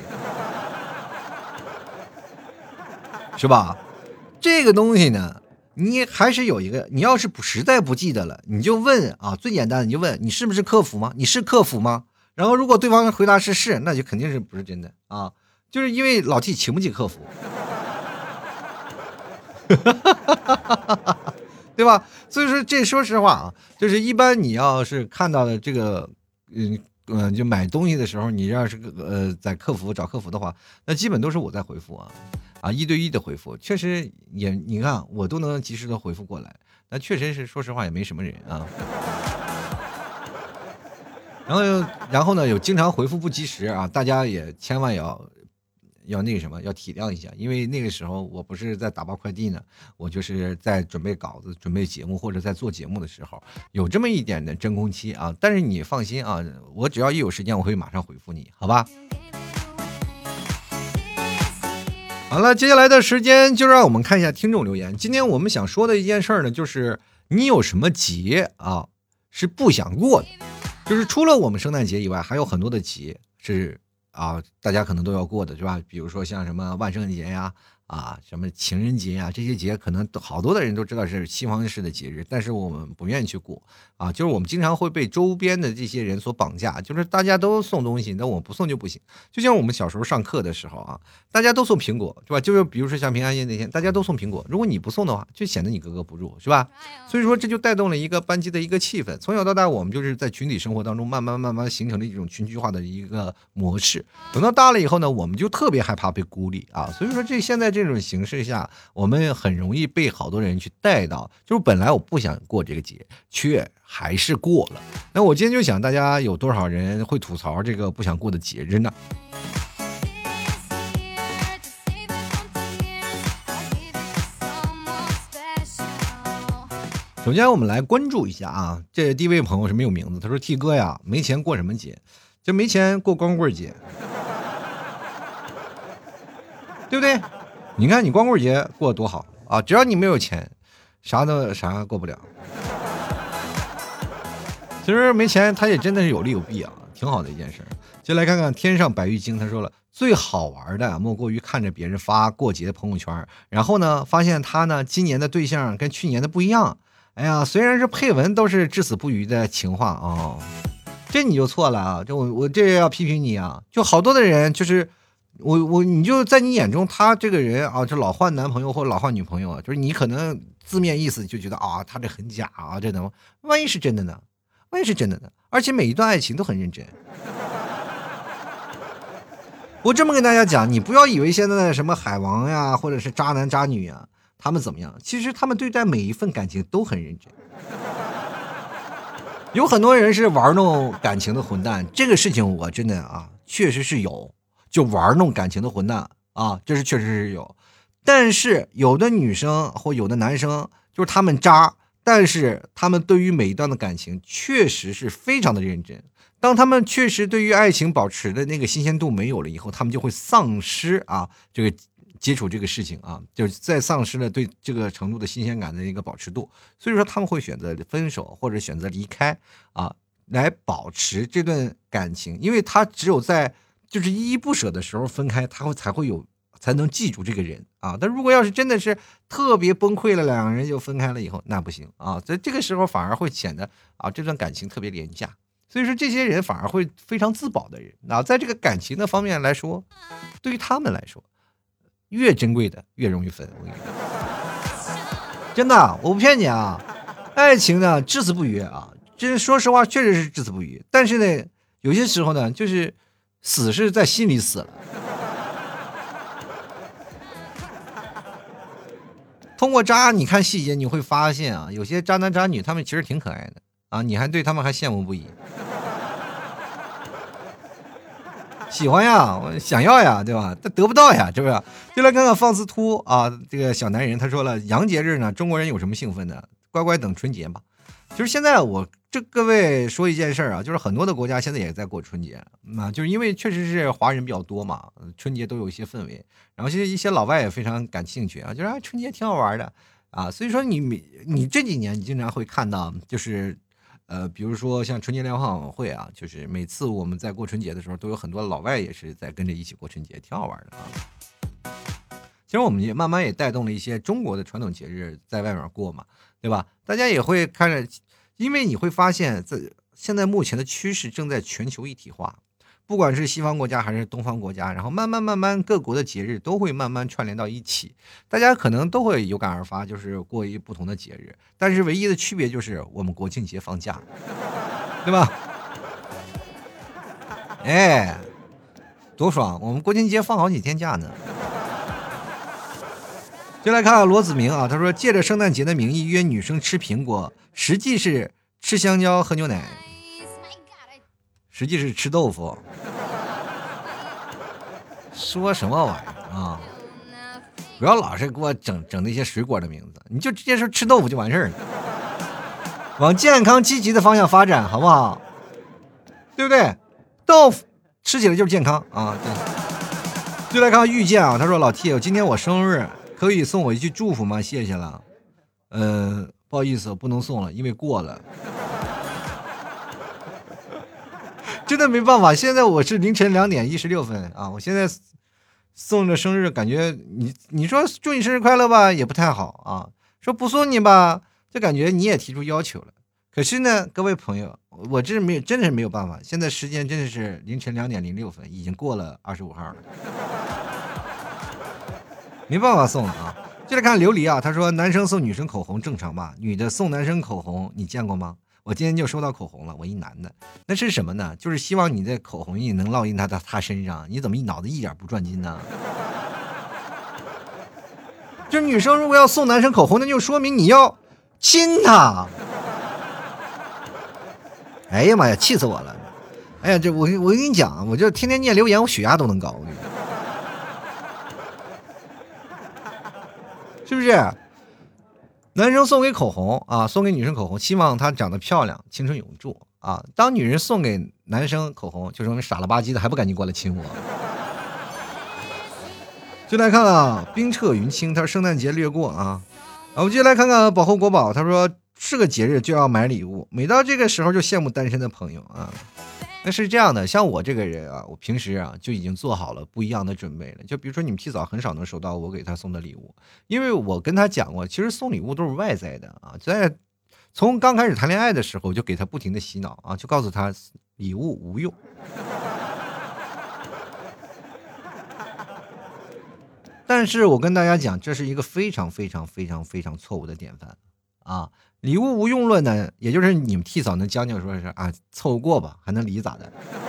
是吧？这个东西呢，你还是有一个，你要是实在不记得了，你就问最简单的，你就问你是不是客服吗？你是客服吗？然后如果对方回答是，那就肯定是不是真的就是因为老 T 请不起客服，对吧？所以说说实话就是一般你要是看到的这个就买东西的时候，你要是在找客服的话，那基本都是我在回复1对1的回复，确实你看我都能及时的回复过来，那确实是说实话也没什么人然后呢有经常回复不及时大家也千万要那个什么，要体谅一下，因为那个时候我不是在打包快递呢，我就是在准备稿子、准备节目或者在做节目的时候，有这么一点的真空期但是你放心我只要一有时间，我会马上回复你，好吧？好了，接下来的时间就让我们看一下听众留言。今天我们想说的一件事呢，就是你有什么节是不想过的？就是除了我们圣诞节以外，还有很多的节是大家可能都要过的，是吧？比如说像什么万圣节呀，什么情人节呀，这些节可能好多的人都知道是西方式的节日，但是我们不愿意去过就是我们经常会被周边的这些人所绑架，就是大家都送东西，那我不送就不行。就像我们小时候上课的时候大家都送苹果，是吧？就是比如说像平安夜那天，大家都送苹果，如果你不送的话，就显得你格格不入，是吧？所以说这就带动了一个班级的一个气氛。从小到大，我们就是在群体生活当中慢慢形成了一种群居化的一个模式。等到大了以后呢，我们就特别害怕被孤立所以说现在这种形式下，我们很容易被好多人去带到，就是本来我不想过这个节，却还是过了。那我今天就想，大家有多少人会吐槽这个不想过的节日呢？首先，我们来关注一下啊，这第一位朋友是没有名字，他说 ：“T 哥呀，没钱过什么节？就没钱过光棍节，对不对？你看你光棍节过得多好啊！只要你没有钱，啥过不了。其实没钱，他也真的是有利有弊啊，挺好的一件事。就来看看天上白玉京，他说了，最好玩的莫过于看着别人发过节的朋友圈，然后呢，发现他呢今年的对象跟去年的不一样。哎呀，虽然是配文都是至死不渝的情话啊，这你就错了啊！这我这要批评你啊！就好多的人就是你就在你眼中他这个人啊，就老换男朋友或老换女朋友啊，就是你可能字面意思就觉得啊，他这很假啊，这能万一是真的呢？万一是真的呢？而且每一段爱情都很认真。我这么跟大家讲，你不要以为现在的什么海王呀，或者是渣男渣女呀，他们怎么样？其实他们对待每一份感情都很认真。有很多人是玩弄感情的混蛋，这个事情我真的啊，确实是有，就玩弄感情的混蛋啊，这是确实是有。但是有的女生或有的男生，就是他们渣，但是他们对于每一段的感情确实是非常的认真。当他们确实对于爱情保持的那个新鲜度没有了以后，他们就会丧失啊这个接触这个事情啊，就是在丧失了对这个程度的新鲜感的一个保持度，所以说他们会选择分手或者选择离开啊，来保持这段感情，因为他只有在就是依依不舍的时候分开，才能记住这个人啊。但如果要是真的是特别崩溃了，两个人就分开了以后，那不行啊，在这个时候反而会显得啊这段感情特别廉价。所以说这些人反而会非常自保的人啊，在这个感情的方面来说，对于他们来说，越珍贵的越容易分。我跟你说，真的，我不骗你啊，爱情呢至死不渝啊，真说实话确实是至死不渝。但是呢，有些时候呢，就是死是在心里死了。通过渣你看细节，你会发现啊，有些渣男渣女他们其实挺可爱的啊，你还对他们还羡慕不已。喜欢呀，我想要呀，对吧？但得不到呀，是不是？就来看看放肆秃啊，这个小男人他说了，洋节日呢，中国人有什么兴奋的？乖乖等春节吧。就是现在我各位说一件事啊，就是很多的国家现在也在过春节啊，就是因为确实是华人比较多嘛，春节都有一些氛围，然后其实一些老外也非常感兴趣啊，就是啊春节挺好玩的啊，所以说你这几年你经常会看到就是。比如说像春节联欢晚会啊，就是每次我们在过春节的时候，都有很多老外也是在跟着一起过春节，挺好玩的啊。其实我们也慢慢也带动了一些中国的传统节日在外面过嘛，对吧？大家也会看着，因为你会发现，现在目前的趋势正在全球一体化。不管是西方国家还是东方国家，然后慢慢各国的节日都会慢慢串联到一起，大家可能都会有感而发，就是过一不同的节日，但是唯一的区别就是我们国庆节放假，对吧？哎，多爽！我们国庆节放好几天假呢。就来看看罗子明啊，他说借着圣诞节的名义约女生吃苹果，实际是吃香蕉喝牛奶，实际是吃豆腐。说什么玩意儿啊！不要老是给我整那些水果的名字，你就直接说吃豆腐就完事儿了，往健康积极的方向发展，好不好？对不对？豆腐吃起来就是健康啊！对。就来看遇见啊，他说老 T， 今天我生日，可以送我一句祝福吗？谢谢了。不好意思，不能送了，因为过了。真的没办法，现在我是凌晨2点16分啊！我现在送着生日，感觉你说祝你生日快乐吧，也不太好啊；说不送你吧，就感觉你也提出要求了。可是呢，各位朋友，我真的是没有办法，现在时间真的是凌晨2点06分，已经过了25号了，没办法送了啊！就来看琉璃啊，他说男生送女生口红正常吧，女的送男生口红你见过吗？我今天就收到口红了，我一男的，那是什么呢？就是希望你的口红印能烙印他身上，你怎么脑子一点不转筋呢？ 就是女生如果要送男生口红，那就说明你要亲他。哎呀妈呀，气死我了！哎呀，我跟你讲，我就天天念留言，我血压都能高，是不是？男生送给口红啊，送给女生口红，希望她长得漂亮，青春永驻啊。当女人送给男生口红，就说明傻了吧唧的，还不赶紧过来亲我。就来看啊，冰彻云清，他说圣诞节略过啊。我们接下来看看保护国宝，他说是个节日就要买礼物，每到这个时候就羡慕单身的朋友啊。那是这样的，像我这个人啊，我平时啊就已经做好了不一样的准备了。就比如说你们提早很少能收到我给他送的礼物，因为我跟他讲过，其实送礼物都是外在的啊。从刚开始谈恋爱的时候，就给他不停的洗脑啊，就告诉他礼物无用。但是我跟大家讲，这是一个非常非常非常非常错误的典范啊！礼物无用论呢，也就是你们替嫂能将就说是啊，凑合过吧，还能离咋的？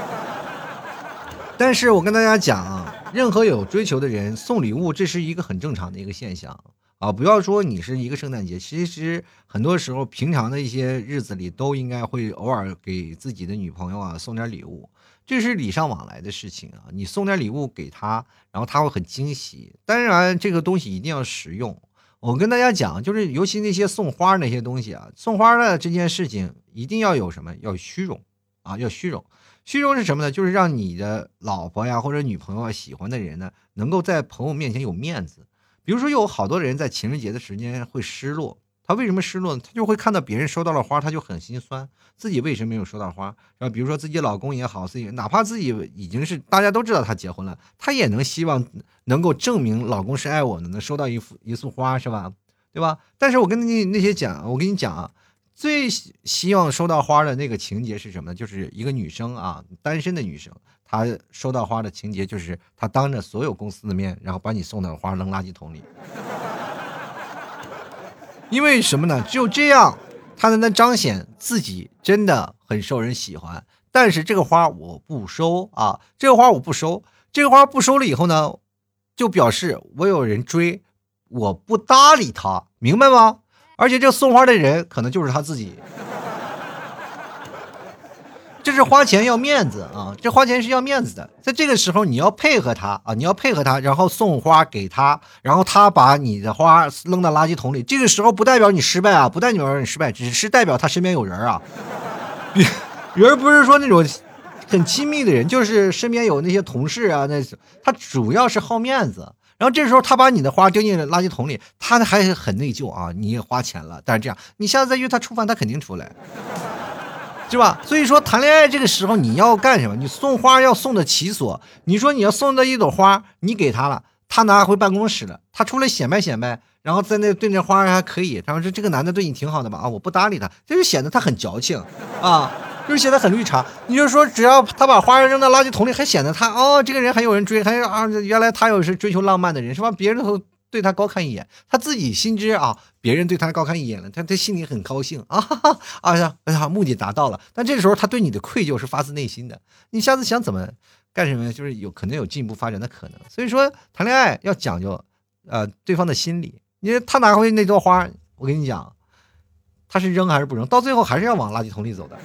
但是我跟大家讲啊，任何有追求的人送礼物，这是一个很正常的一个现象啊！不要说你是一个圣诞节，其实很多时候平常的一些日子里，都应该会偶尔给自己的女朋友啊送点礼物。这是礼尚往来的事情啊，你送点礼物给他，然后他会很惊喜。当然，这个东西一定要实用。我跟大家讲，就是尤其那些送花那些东西啊，送花的这件事情一定要有什么？要虚荣啊，要虚荣。虚荣是什么呢？就是让你的老婆呀或者女朋友喜欢的人呢，能够在朋友面前有面子。比如说，有好多人在情人节的时间会失落。他为什么失落呢？他就会看到别人收到了花，他就很心酸，自己为什么没有收到花？然后比如说自己老公也好，自己哪怕自己已经是大家都知道他结婚了，他也能希望能够证明老公是爱我的，能收到一束花，是吧？对吧？但是我跟那些讲，我跟你讲啊，最希望收到花的那个情节是什么呢？就是一个女生啊，单身的女生，她收到花的情节就是她当着所有公司的面，然后把你送的花扔垃圾桶里。因为什么呢？只有这样，他才能彰显自己真的很受人喜欢。但是这个花我不收啊，这个花我不收，这个花不收了以后呢，就表示我有人追，我不搭理他，明白吗？而且这送花的人可能就是他自己。这是花钱要面子啊，这花钱是要面子的。在这个时候你要配合他啊，你要配合他，然后送花给他，然后他把你的花扔到垃圾桶里。这个时候不代表你失败啊，不代表你失败，只是代表他身边有人啊。人不是说那种很亲密的人，就是身边有那些同事啊，那他主要是好面子。然后这时候他把你的花丢进垃圾桶里，他还很内疚啊，你也花钱了，但是这样你下次再约他吃饭，他肯定出来。是吧？所以说谈恋爱这个时候你要干什么？你送花要送的其所。你说你要送的一朵花，你给他了，他拿回办公室了，他出来显摆显摆，然后在那对着花还可以。他说这个男的对你挺好的吧？啊，我不搭理他，这就显得他很矫情啊，就是显得很绿茶。你就说只要他把花扔到垃圾桶里，还显得他这个人还有人追，还啊原来他又是追求浪漫的人是吧？别人都对他高看一眼，他自己心知啊，别人对他高看一眼了，他心里很高兴啊，哎呀，目的达到了。但这时候他对你的愧疚是发自内心的，你下次想怎么干什么，就是可能有进一步发展的可能。所以说谈恋爱要讲究对方的心理，因为他拿回那朵花，我跟你讲，他是扔还是不扔，到最后还是要往垃圾桶里走的。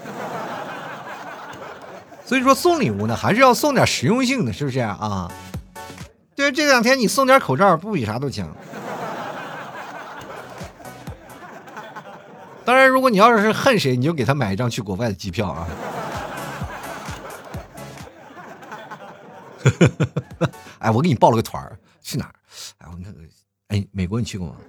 所以说送礼物呢，还是要送点实用性的，是不是啊？对，这两天你送点口罩不比啥都强。当然，如果你要是恨谁，你就给他买一张去国外的机票啊。哎，我给你报了个团儿，去哪儿？哎，我看看，哎，美国你去过吗？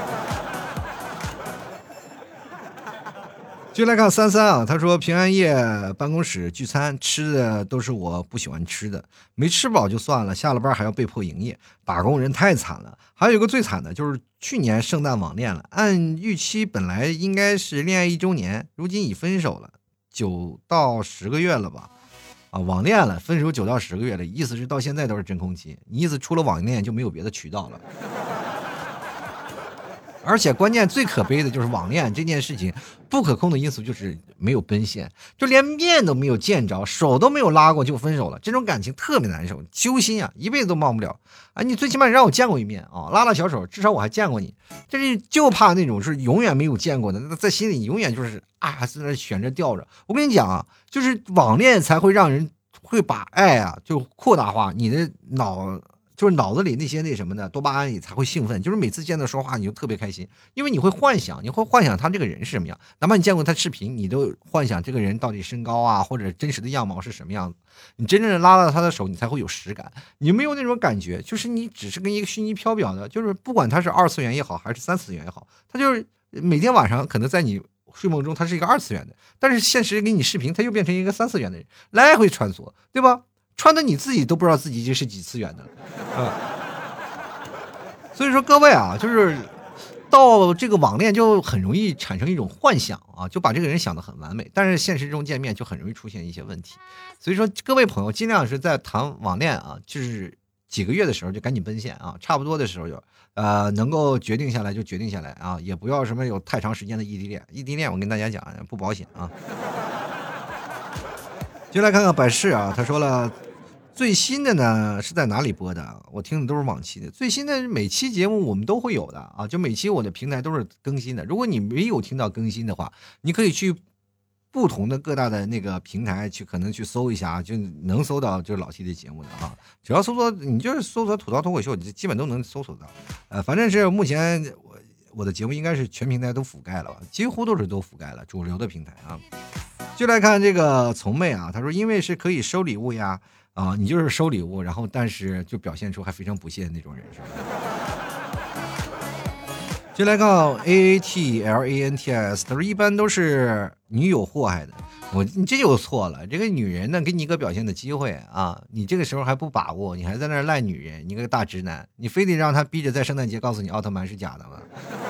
就来看33啊，他说平安夜办公室聚餐，吃的都是我不喜欢吃的，没吃饱就算了，下了班还要被迫营业，打工人太惨了。还有一个最惨的就是去年圣诞网恋了，按预期本来应该是恋爱1周年，如今已分手了9到10个月了吧？啊，网恋了，分手9到10个月了，意思是到现在都是真空期，你意思除了网恋就没有别的渠道了。 而且关键最可悲的就是网恋这件事情，不可控的因素就是没有奔现，就连面都没有见着，手都没有拉过就分手了，这种感情特别难受，揪心啊，一辈子都忘不了啊！你最起码让我见过一面啊，拉拉小手，至少我还见过你。这是就怕那种是永远没有见过的，那在心里永远就是啊，在那悬着吊着。我跟你讲啊，就是网恋才会让人会把爱啊就扩大化，你的就是脑子里那些那什么的多巴胺也才会兴奋，就是每次见到说话你就特别开心，因为你会幻想他这个人是什么样，哪怕你见过他视频，你都幻想这个人到底身高啊或者真实的样貌是什么样子。你真正的拉到他的手，你才会有实感。你没有那种感觉，就是你只是跟一个虚拟缥缈的，就是不管他是二次元也好，还是三次元也好，他就是每天晚上可能在你睡梦中他是一个二次元的，但是现实给你视频，他又变成一个三次元的人，来回穿梭，对吧？穿的你自己都不知道自己这是几次元的，所以说各位啊，就是到这个网恋就很容易产生一种幻想啊，就把这个人想得很完美，但是现实中见面就很容易出现一些问题。所以说各位朋友尽量是在谈网恋啊，就是几个月的时候就赶紧奔现啊，差不多的时候就能够决定下来就决定下来啊，也不要什么有太长时间的异地恋，异地恋我跟大家讲不保险啊。就来看看百事啊，他说了，最新的呢是在哪里播的？我听的都是往期的，最新的每期节目我们都会有的啊，就每期我的平台都是更新的。如果你没有听到更新的话，你可以去不同的各大的那个平台去可能去搜一下，就能搜到就是老 T 的节目的啊。只要搜索你就是搜索吐槽脱口秀，你基本都能搜索到。反正是目前我的节目应该是全平台都覆盖了吧，几乎都覆盖了主流的平台啊。就来看这个从妹啊，他说因为是可以收礼物呀，啊，你就是收礼物，然后但是就表现出还非常不屑的那种人，是吧？就来看 AATLANTS， 他说一般都是女友祸害的，你这就错了，这个女人呢给你一个表现的机会啊，你这个时候还不把握，你还在那赖女人，你个大直男，你非得让她逼着在圣诞节告诉你奥特曼是假的吗？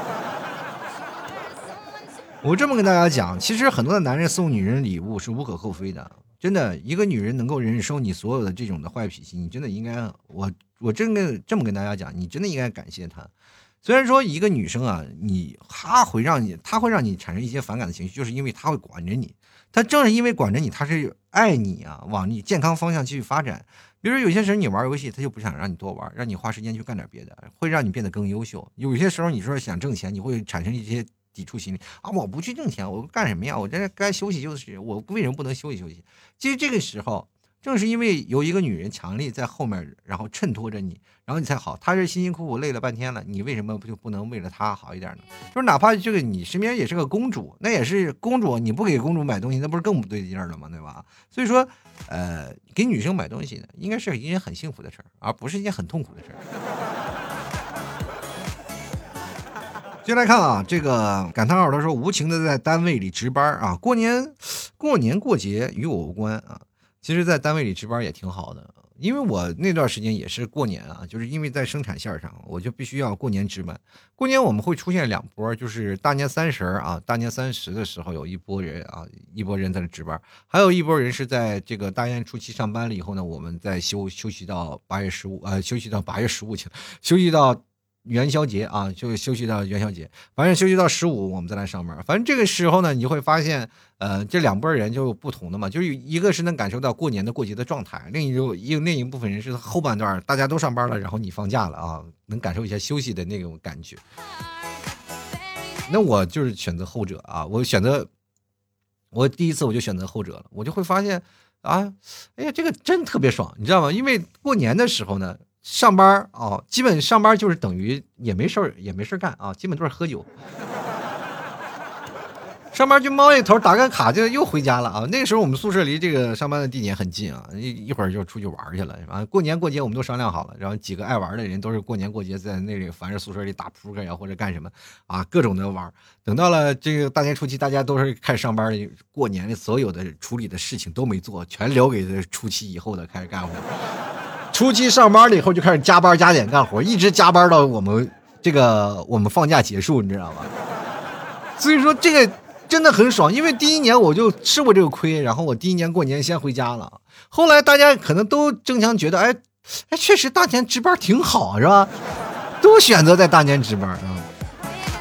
我这么跟大家讲，其实很多的男人送女人礼物是无可厚非的，真的，一个女人能够忍受你所有的这种的坏脾气，你真的应该，我真的这么跟大家讲，你真的应该感谢她。虽然说一个女生啊，她会让你产生一些反感的情绪，就是因为她会管着你，她正是因为管着你，她是爱你啊，往你健康方向继续发展。比如有些时候你玩游戏，她就不想让你多玩，让你花时间去干点别的，会让你变得更优秀。有些时候你说想挣钱，你会产生一些抵触心理啊！我不去挣钱，我干什么呀？我这该休息休息，我为什么不能休息休息？其实这个时候，正是因为有一个女人强力在后面，然后衬托着你，然后你才好。她是辛辛苦苦累了半天了，你为什么不能为了她好一点呢？就是哪怕这个你身边也是个公主，那也是公主，你不给公主买东西，那不是更不对劲了吗？对吧？所以说，给女生买东西呢，应该是一件很幸福的事儿，而不是一件很痛苦的事儿。接来看啊，这个感叹号他说无情的在单位里值班啊，过年过节与我无关啊。其实，在单位里值班也挺好的，因为我那段时间也是过年啊，就是因为在生产线上，我就必须要过年值班。过年我们会出现两波，就是大年三十啊，大年30的时候有一波人啊，一波人在那值班，还有一波人是在这个大年初七上班了以后呢，我们再休息到8月15，休息到8月15去了，休息到元宵节啊，就休息到元宵节，反正休息到15，我们再来上班。反正这个时候呢，你就会发现，这两拨人就不同的嘛，就是一个是能感受到过年的过节的状态，另一部分人是后半段大家都上班了，然后你放假了啊，能感受一下休息的那种感觉。那我就是选择后者啊，我第一次我就选择后者了，我就会发现啊，哎呀，这个真特别爽，你知道吗？因为过年的时候呢。上班啊，基本上班就是等于也没事干啊，基本都是喝酒。上班就猫一头打个卡就又回家了啊。那个时候我们宿舍离这个上班的地点很近啊，一会儿就出去玩去了。啊，过年过节我们都商量好了，然后几个爱玩的人都是过年过节在那里，反正宿舍里打扑克呀或者干什么啊，各种的玩。等到了这个大年初七，大家都是开始上班，过年的所有的处理的事情都没做，全留给初七以后的开始干活。初期上班了以后就开始加班加点干活，一直加班到我们放假结束，你知道吗？所以说这个真的很爽，因为第一年我就吃过这个亏，然后我第一年过年先回家了。后来大家可能都争相觉得，哎，确实大年值班挺好，是吧？都选择在大年值班啊。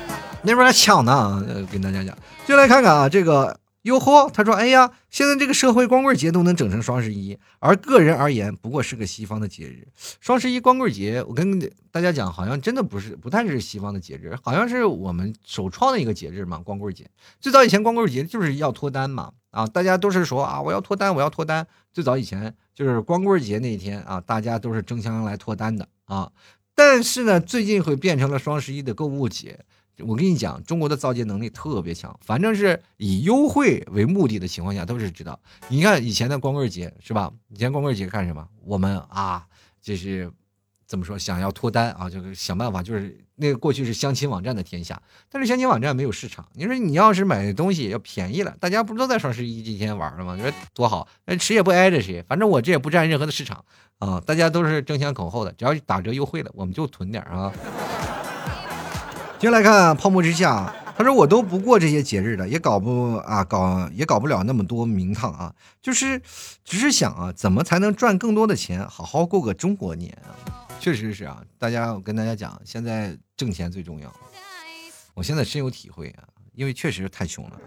那边来抢呢。跟大家讲，就来看看啊，这个哟呵，他说：“哎呀，现在这个社会光棍节都能整成双十一，而个人而言，不过是个西方的节日。双十一光棍节，我跟大家讲，好像真的不太是西方的节日，好像是我们首创的一个节日嘛。光棍节最早以前光棍节就是要脱单嘛，啊，大家都是说啊，我要脱单，我要脱单。最早以前就是光棍节那一天啊，大家都是争相来脱单的啊。但是呢，最近会变成了双十一的购物节。”我跟你讲，中国的造节能力特别强，反正是以优惠为目的的情况下，都是知道。你看以前的光棍节是吧？以前光棍节干什么？我们啊，就是怎么说，想要脱单啊，就是想办法，就是那个过去是相亲网站的天下，但是相亲网站没有市场。你说你要是买东西要便宜了，大家不是都在双十一这天玩了吗？你说多好，谁也不挨着谁，反正我这也不占任何的市场啊，大家都是争相恐后的，只要打折优惠了，我们就囤点啊。接下来看泡沫之夏，他说我都不过这些节日的，也搞不了那么多名堂啊，就是只是想啊，怎么才能赚更多的钱，好好过个中国年啊。确实是啊，我跟大家讲，现在挣钱最重要。我现在深有体会啊，因为确实太穷了。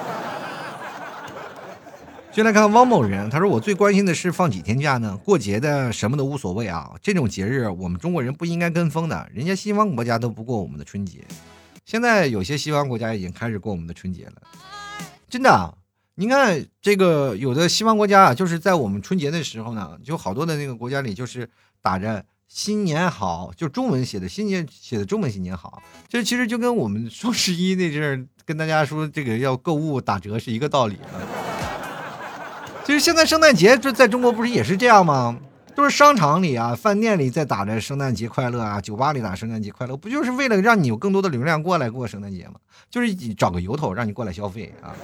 先来看汪某人，他说我最关心的是放几天假呢？过节的什么都无所谓啊，这种节日我们中国人不应该跟风的，人家西方国家都不过我们的春节，现在有些西方国家已经开始过我们的春节了，真的啊。你看这个有的西方国家啊，就是在我们春节的时候呢，就好多的那个国家里就是打着新年好，就中文写的新年写的中文新年好，这其实就跟我们双十一那阵儿跟大家说这个要购物打折是一个道理啊。其实现在圣诞节这在中国不是也是这样吗？都是商场里啊、饭店里在打着圣诞节快乐啊，酒吧里打圣诞节快乐，不就是为了让你有更多的流量过来过圣诞节吗？就是找个由头让你过来消费啊，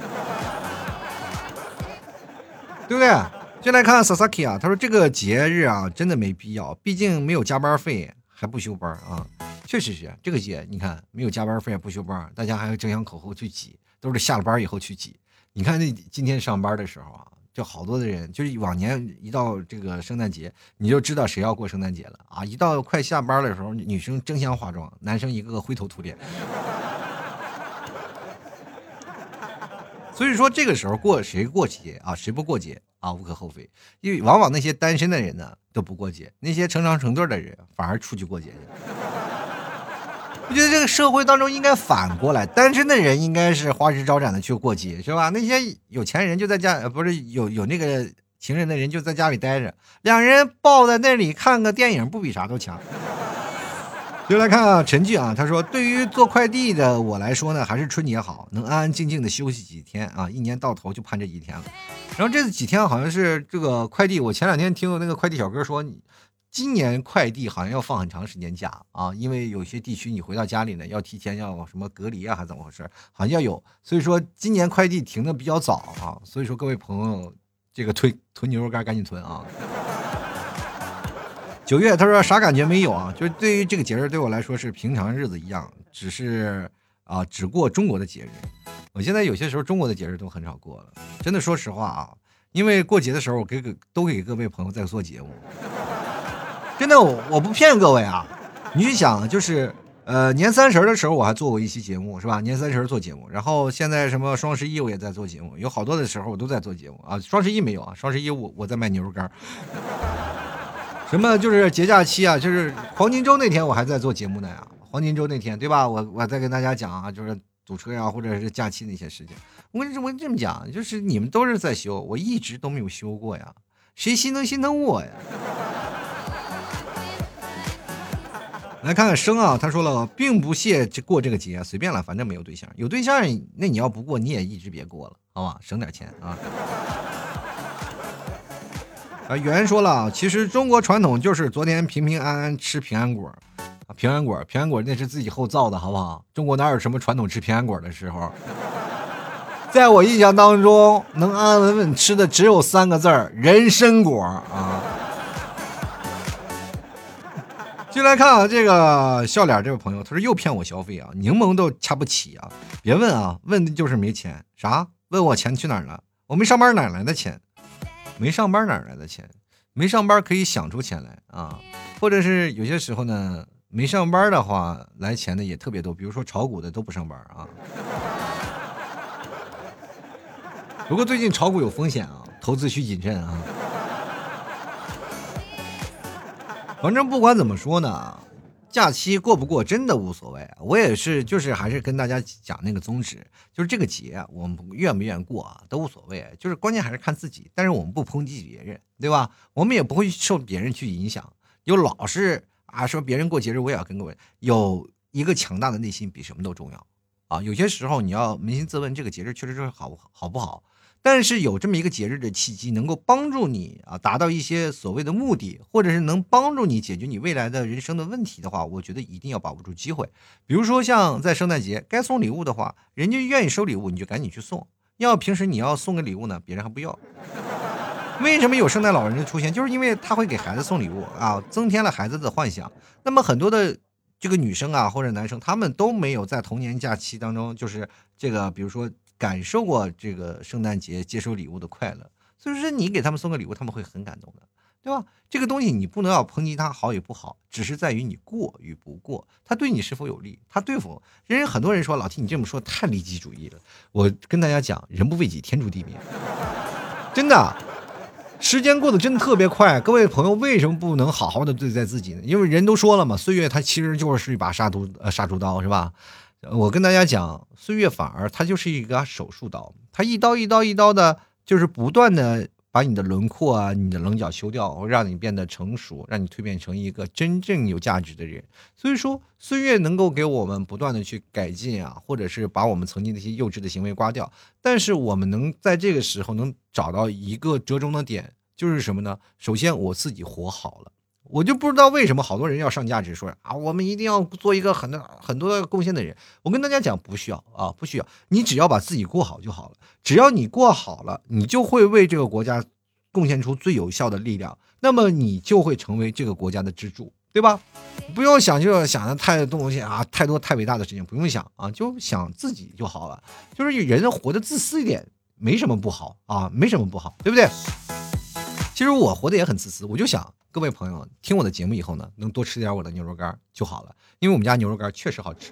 对不对？就来看 Sasaki 啊，他说这个节日啊真的没必要，毕竟没有加班费还不休班啊。确实是这个节，你看没有加班费不休班，大家还要争相口后去挤，都是下了班以后去挤。你看那今天上班的时候啊，就好多的人，就是往年一到这个圣诞节，你就知道谁要过圣诞节了啊！一到快下班的时候，女生争相化妆，男生一个个灰头土脸。所以说这个时候谁过节啊，谁不过节啊，无可厚非。因为往往那些单身的人呢都不过节，那些成双成对的人反而出去过节去。我觉得这个社会当中应该反过来，单身的人应该是花枝招展的去过节，是吧？那些有钱人就在家，不是有那个情人的人就在家里待着，两人抱在那里看个电影，不比啥都强。就来看啊，陈俊啊，他说，对于做快递的我来说呢，还是春节好，能安安静静的休息几天啊，一年到头就盼这几天了。然后这几天好像是这个快递，我前两天听那个快递小哥说，今年快递好像要放很长时间假啊，因为有些地区你回到家里呢，要提前要什么隔离啊，还是怎么回事？好像要有，所以说今年快递停的比较早啊，所以说各位朋友，这个囤牛肉干赶紧囤啊。9月他说啥感觉没有啊？就是对于这个节日对我来说是平常日子一样，只是啊只过中国的节日。我现在有些时候中国的节日都很少过了，真的说实话啊，因为过节的时候我都给各位朋友在做节目。真的，我不骗各位啊！你去想，就是年30的时候我还做过一期节目，是吧？年30做节目，然后现在什么双十一我也在做节目，有好多的时候我都在做节目啊。双十一没有啊，双十一我在卖牛肉干。什么就是节假期啊，就是黄金周那天我还在做节目呢呀。黄金周那天对吧？我在跟大家讲啊，就是堵车呀，或者是假期那些事情。我这么讲，就是你们都是在休，我一直都没有休过呀。谁心疼我呀？来看看生啊，他说了，并不屑过这个节，随便了，反正没有对象。有对象，那你要不过，你也一直别过了，好吧，省点钱啊。圆说了，其实中国传统就是昨天平平安安吃平安果，平安果那是自己后造的，好不好？中国哪有什么传统吃平安果的时候？在我印象当中，能安安稳稳吃的只有3个字儿：人参果啊。进来看啊，这个笑脸这位朋友，他说又骗我消费啊，柠檬都掐不起啊！别问啊，问的就是没钱。啥？问我钱去哪儿了？我没上班哪来的钱？没上班哪来的钱？没上班可以想出钱来啊！或者是有些时候呢， 没上班的话，来钱的也特别多，比如说炒股的都不上班啊。不过最近炒股有风险啊，投资需谨慎啊。反正不管怎么说呢，假期过不过真的无所谓。我也是，就是还是跟大家讲那个宗旨，就是这个节我们愿不愿意过啊都无所谓，就是关键还是看自己。但是我们不抨击别人，对吧？我们也不会受别人去影响。有老是啊说别人过节日我也要跟各位，有一个强大的内心比什么都重要啊。有些时候你要扪心自问，这个节日确实是好不好？但是有这么一个节日的契机，能够帮助你啊达到一些所谓的目的，或者是能帮助你解决你未来的人生的问题的话，我觉得一定要把握住机会。比如说像在圣诞节该送礼物的话，人家愿意收礼物，你就赶紧去送。要平时你要送个礼物呢，别人还不要。为什么有圣诞老人的出现？就是因为他会给孩子送礼物啊，增添了孩子的幻想。那么很多的这个女生啊或者男生，他们都没有在童年假期当中，就是这个比如说感受过这个圣诞节接收礼物的快乐，所以说你给他们送个礼物，他们会很感动的，对吧？这个东西你不能要抨击它好与不好，只是在于你过与不过，它对你是否有利，它对否？很多人说老 T 你这么说太利己主义了，我跟大家讲，人不为己，天诛地灭，真的。时间过得真的特别快，各位朋友为什么不能好好的对待自己呢？因为人都说了嘛，岁月它其实就是一把杀猪刀，是吧？我跟大家讲，岁月反而它就是一个手术刀，它一刀一刀一刀的，就是不断的把你的轮廓啊、你的棱角修掉，让你变得成熟，让你蜕变成一个真正有价值的人。所以说，岁月能够给我们不断的去改进啊，或者是把我们曾经那些幼稚的行为刮掉。但是我们能在这个时候能找到一个折中的点，就是什么呢？首先我自己活好了。我就不知道为什么好多人要上价值说啊，我们一定要做一个很多的贡献的人。我跟大家讲，不需要啊，不需要，你只要把自己过好就好了。只要你过好了，你就会为这个国家贡献出最有效的力量，那么你就会成为这个国家的支柱，对吧？不用想就想的太多东西啊，太多太伟大的事情不用想啊，就想自己就好了。就是人活得自私一点，没什么不好啊，没什么不好，对不对？其实我活得也很自私，我就想各位朋友听我的节目以后呢，能多吃点我的牛肉干就好了，因为我们家牛肉干确实好吃。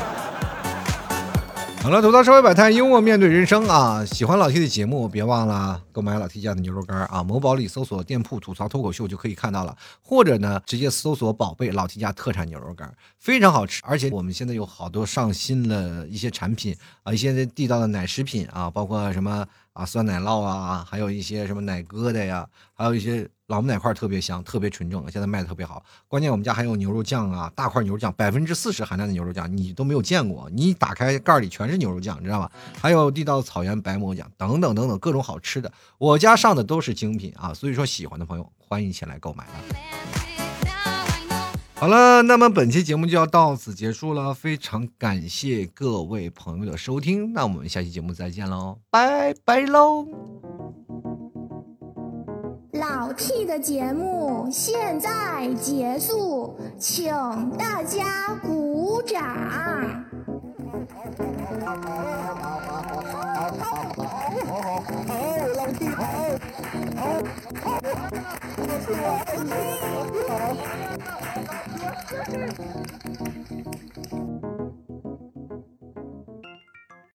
好了，吐槽社会百态，幽默面对人生啊！喜欢老 T 的节目，别忘了购买老 T 家的牛肉干啊！某宝里搜索店铺吐槽脱口秀就可以看到了，或者呢，直接搜索宝贝老 T 家特产牛肉干，非常好吃。而且我们现在有好多上新的一些产品啊，一些地道的奶食品啊，包括什么啊酸奶酪啊，还有一些什么奶疙瘩呀，还有一些老母奶块特别香，特别纯正，现在卖的特别好。关键我们家还有牛肉酱啊，大块牛肉酱，40%含量的牛肉酱，你都没有见过，你打开盖里全是牛肉酱，知道吧？还有地道草原白馍酱，等等等等各种好吃的，我家上的都是精品啊，所以说喜欢的朋友欢迎前来购买了。好了，那么本期节目就要到此结束了，非常感谢各位朋友的收听，那我们下期节目再见喽，拜拜喽。 老 T 的节目现在结束，请大家鼓掌。好，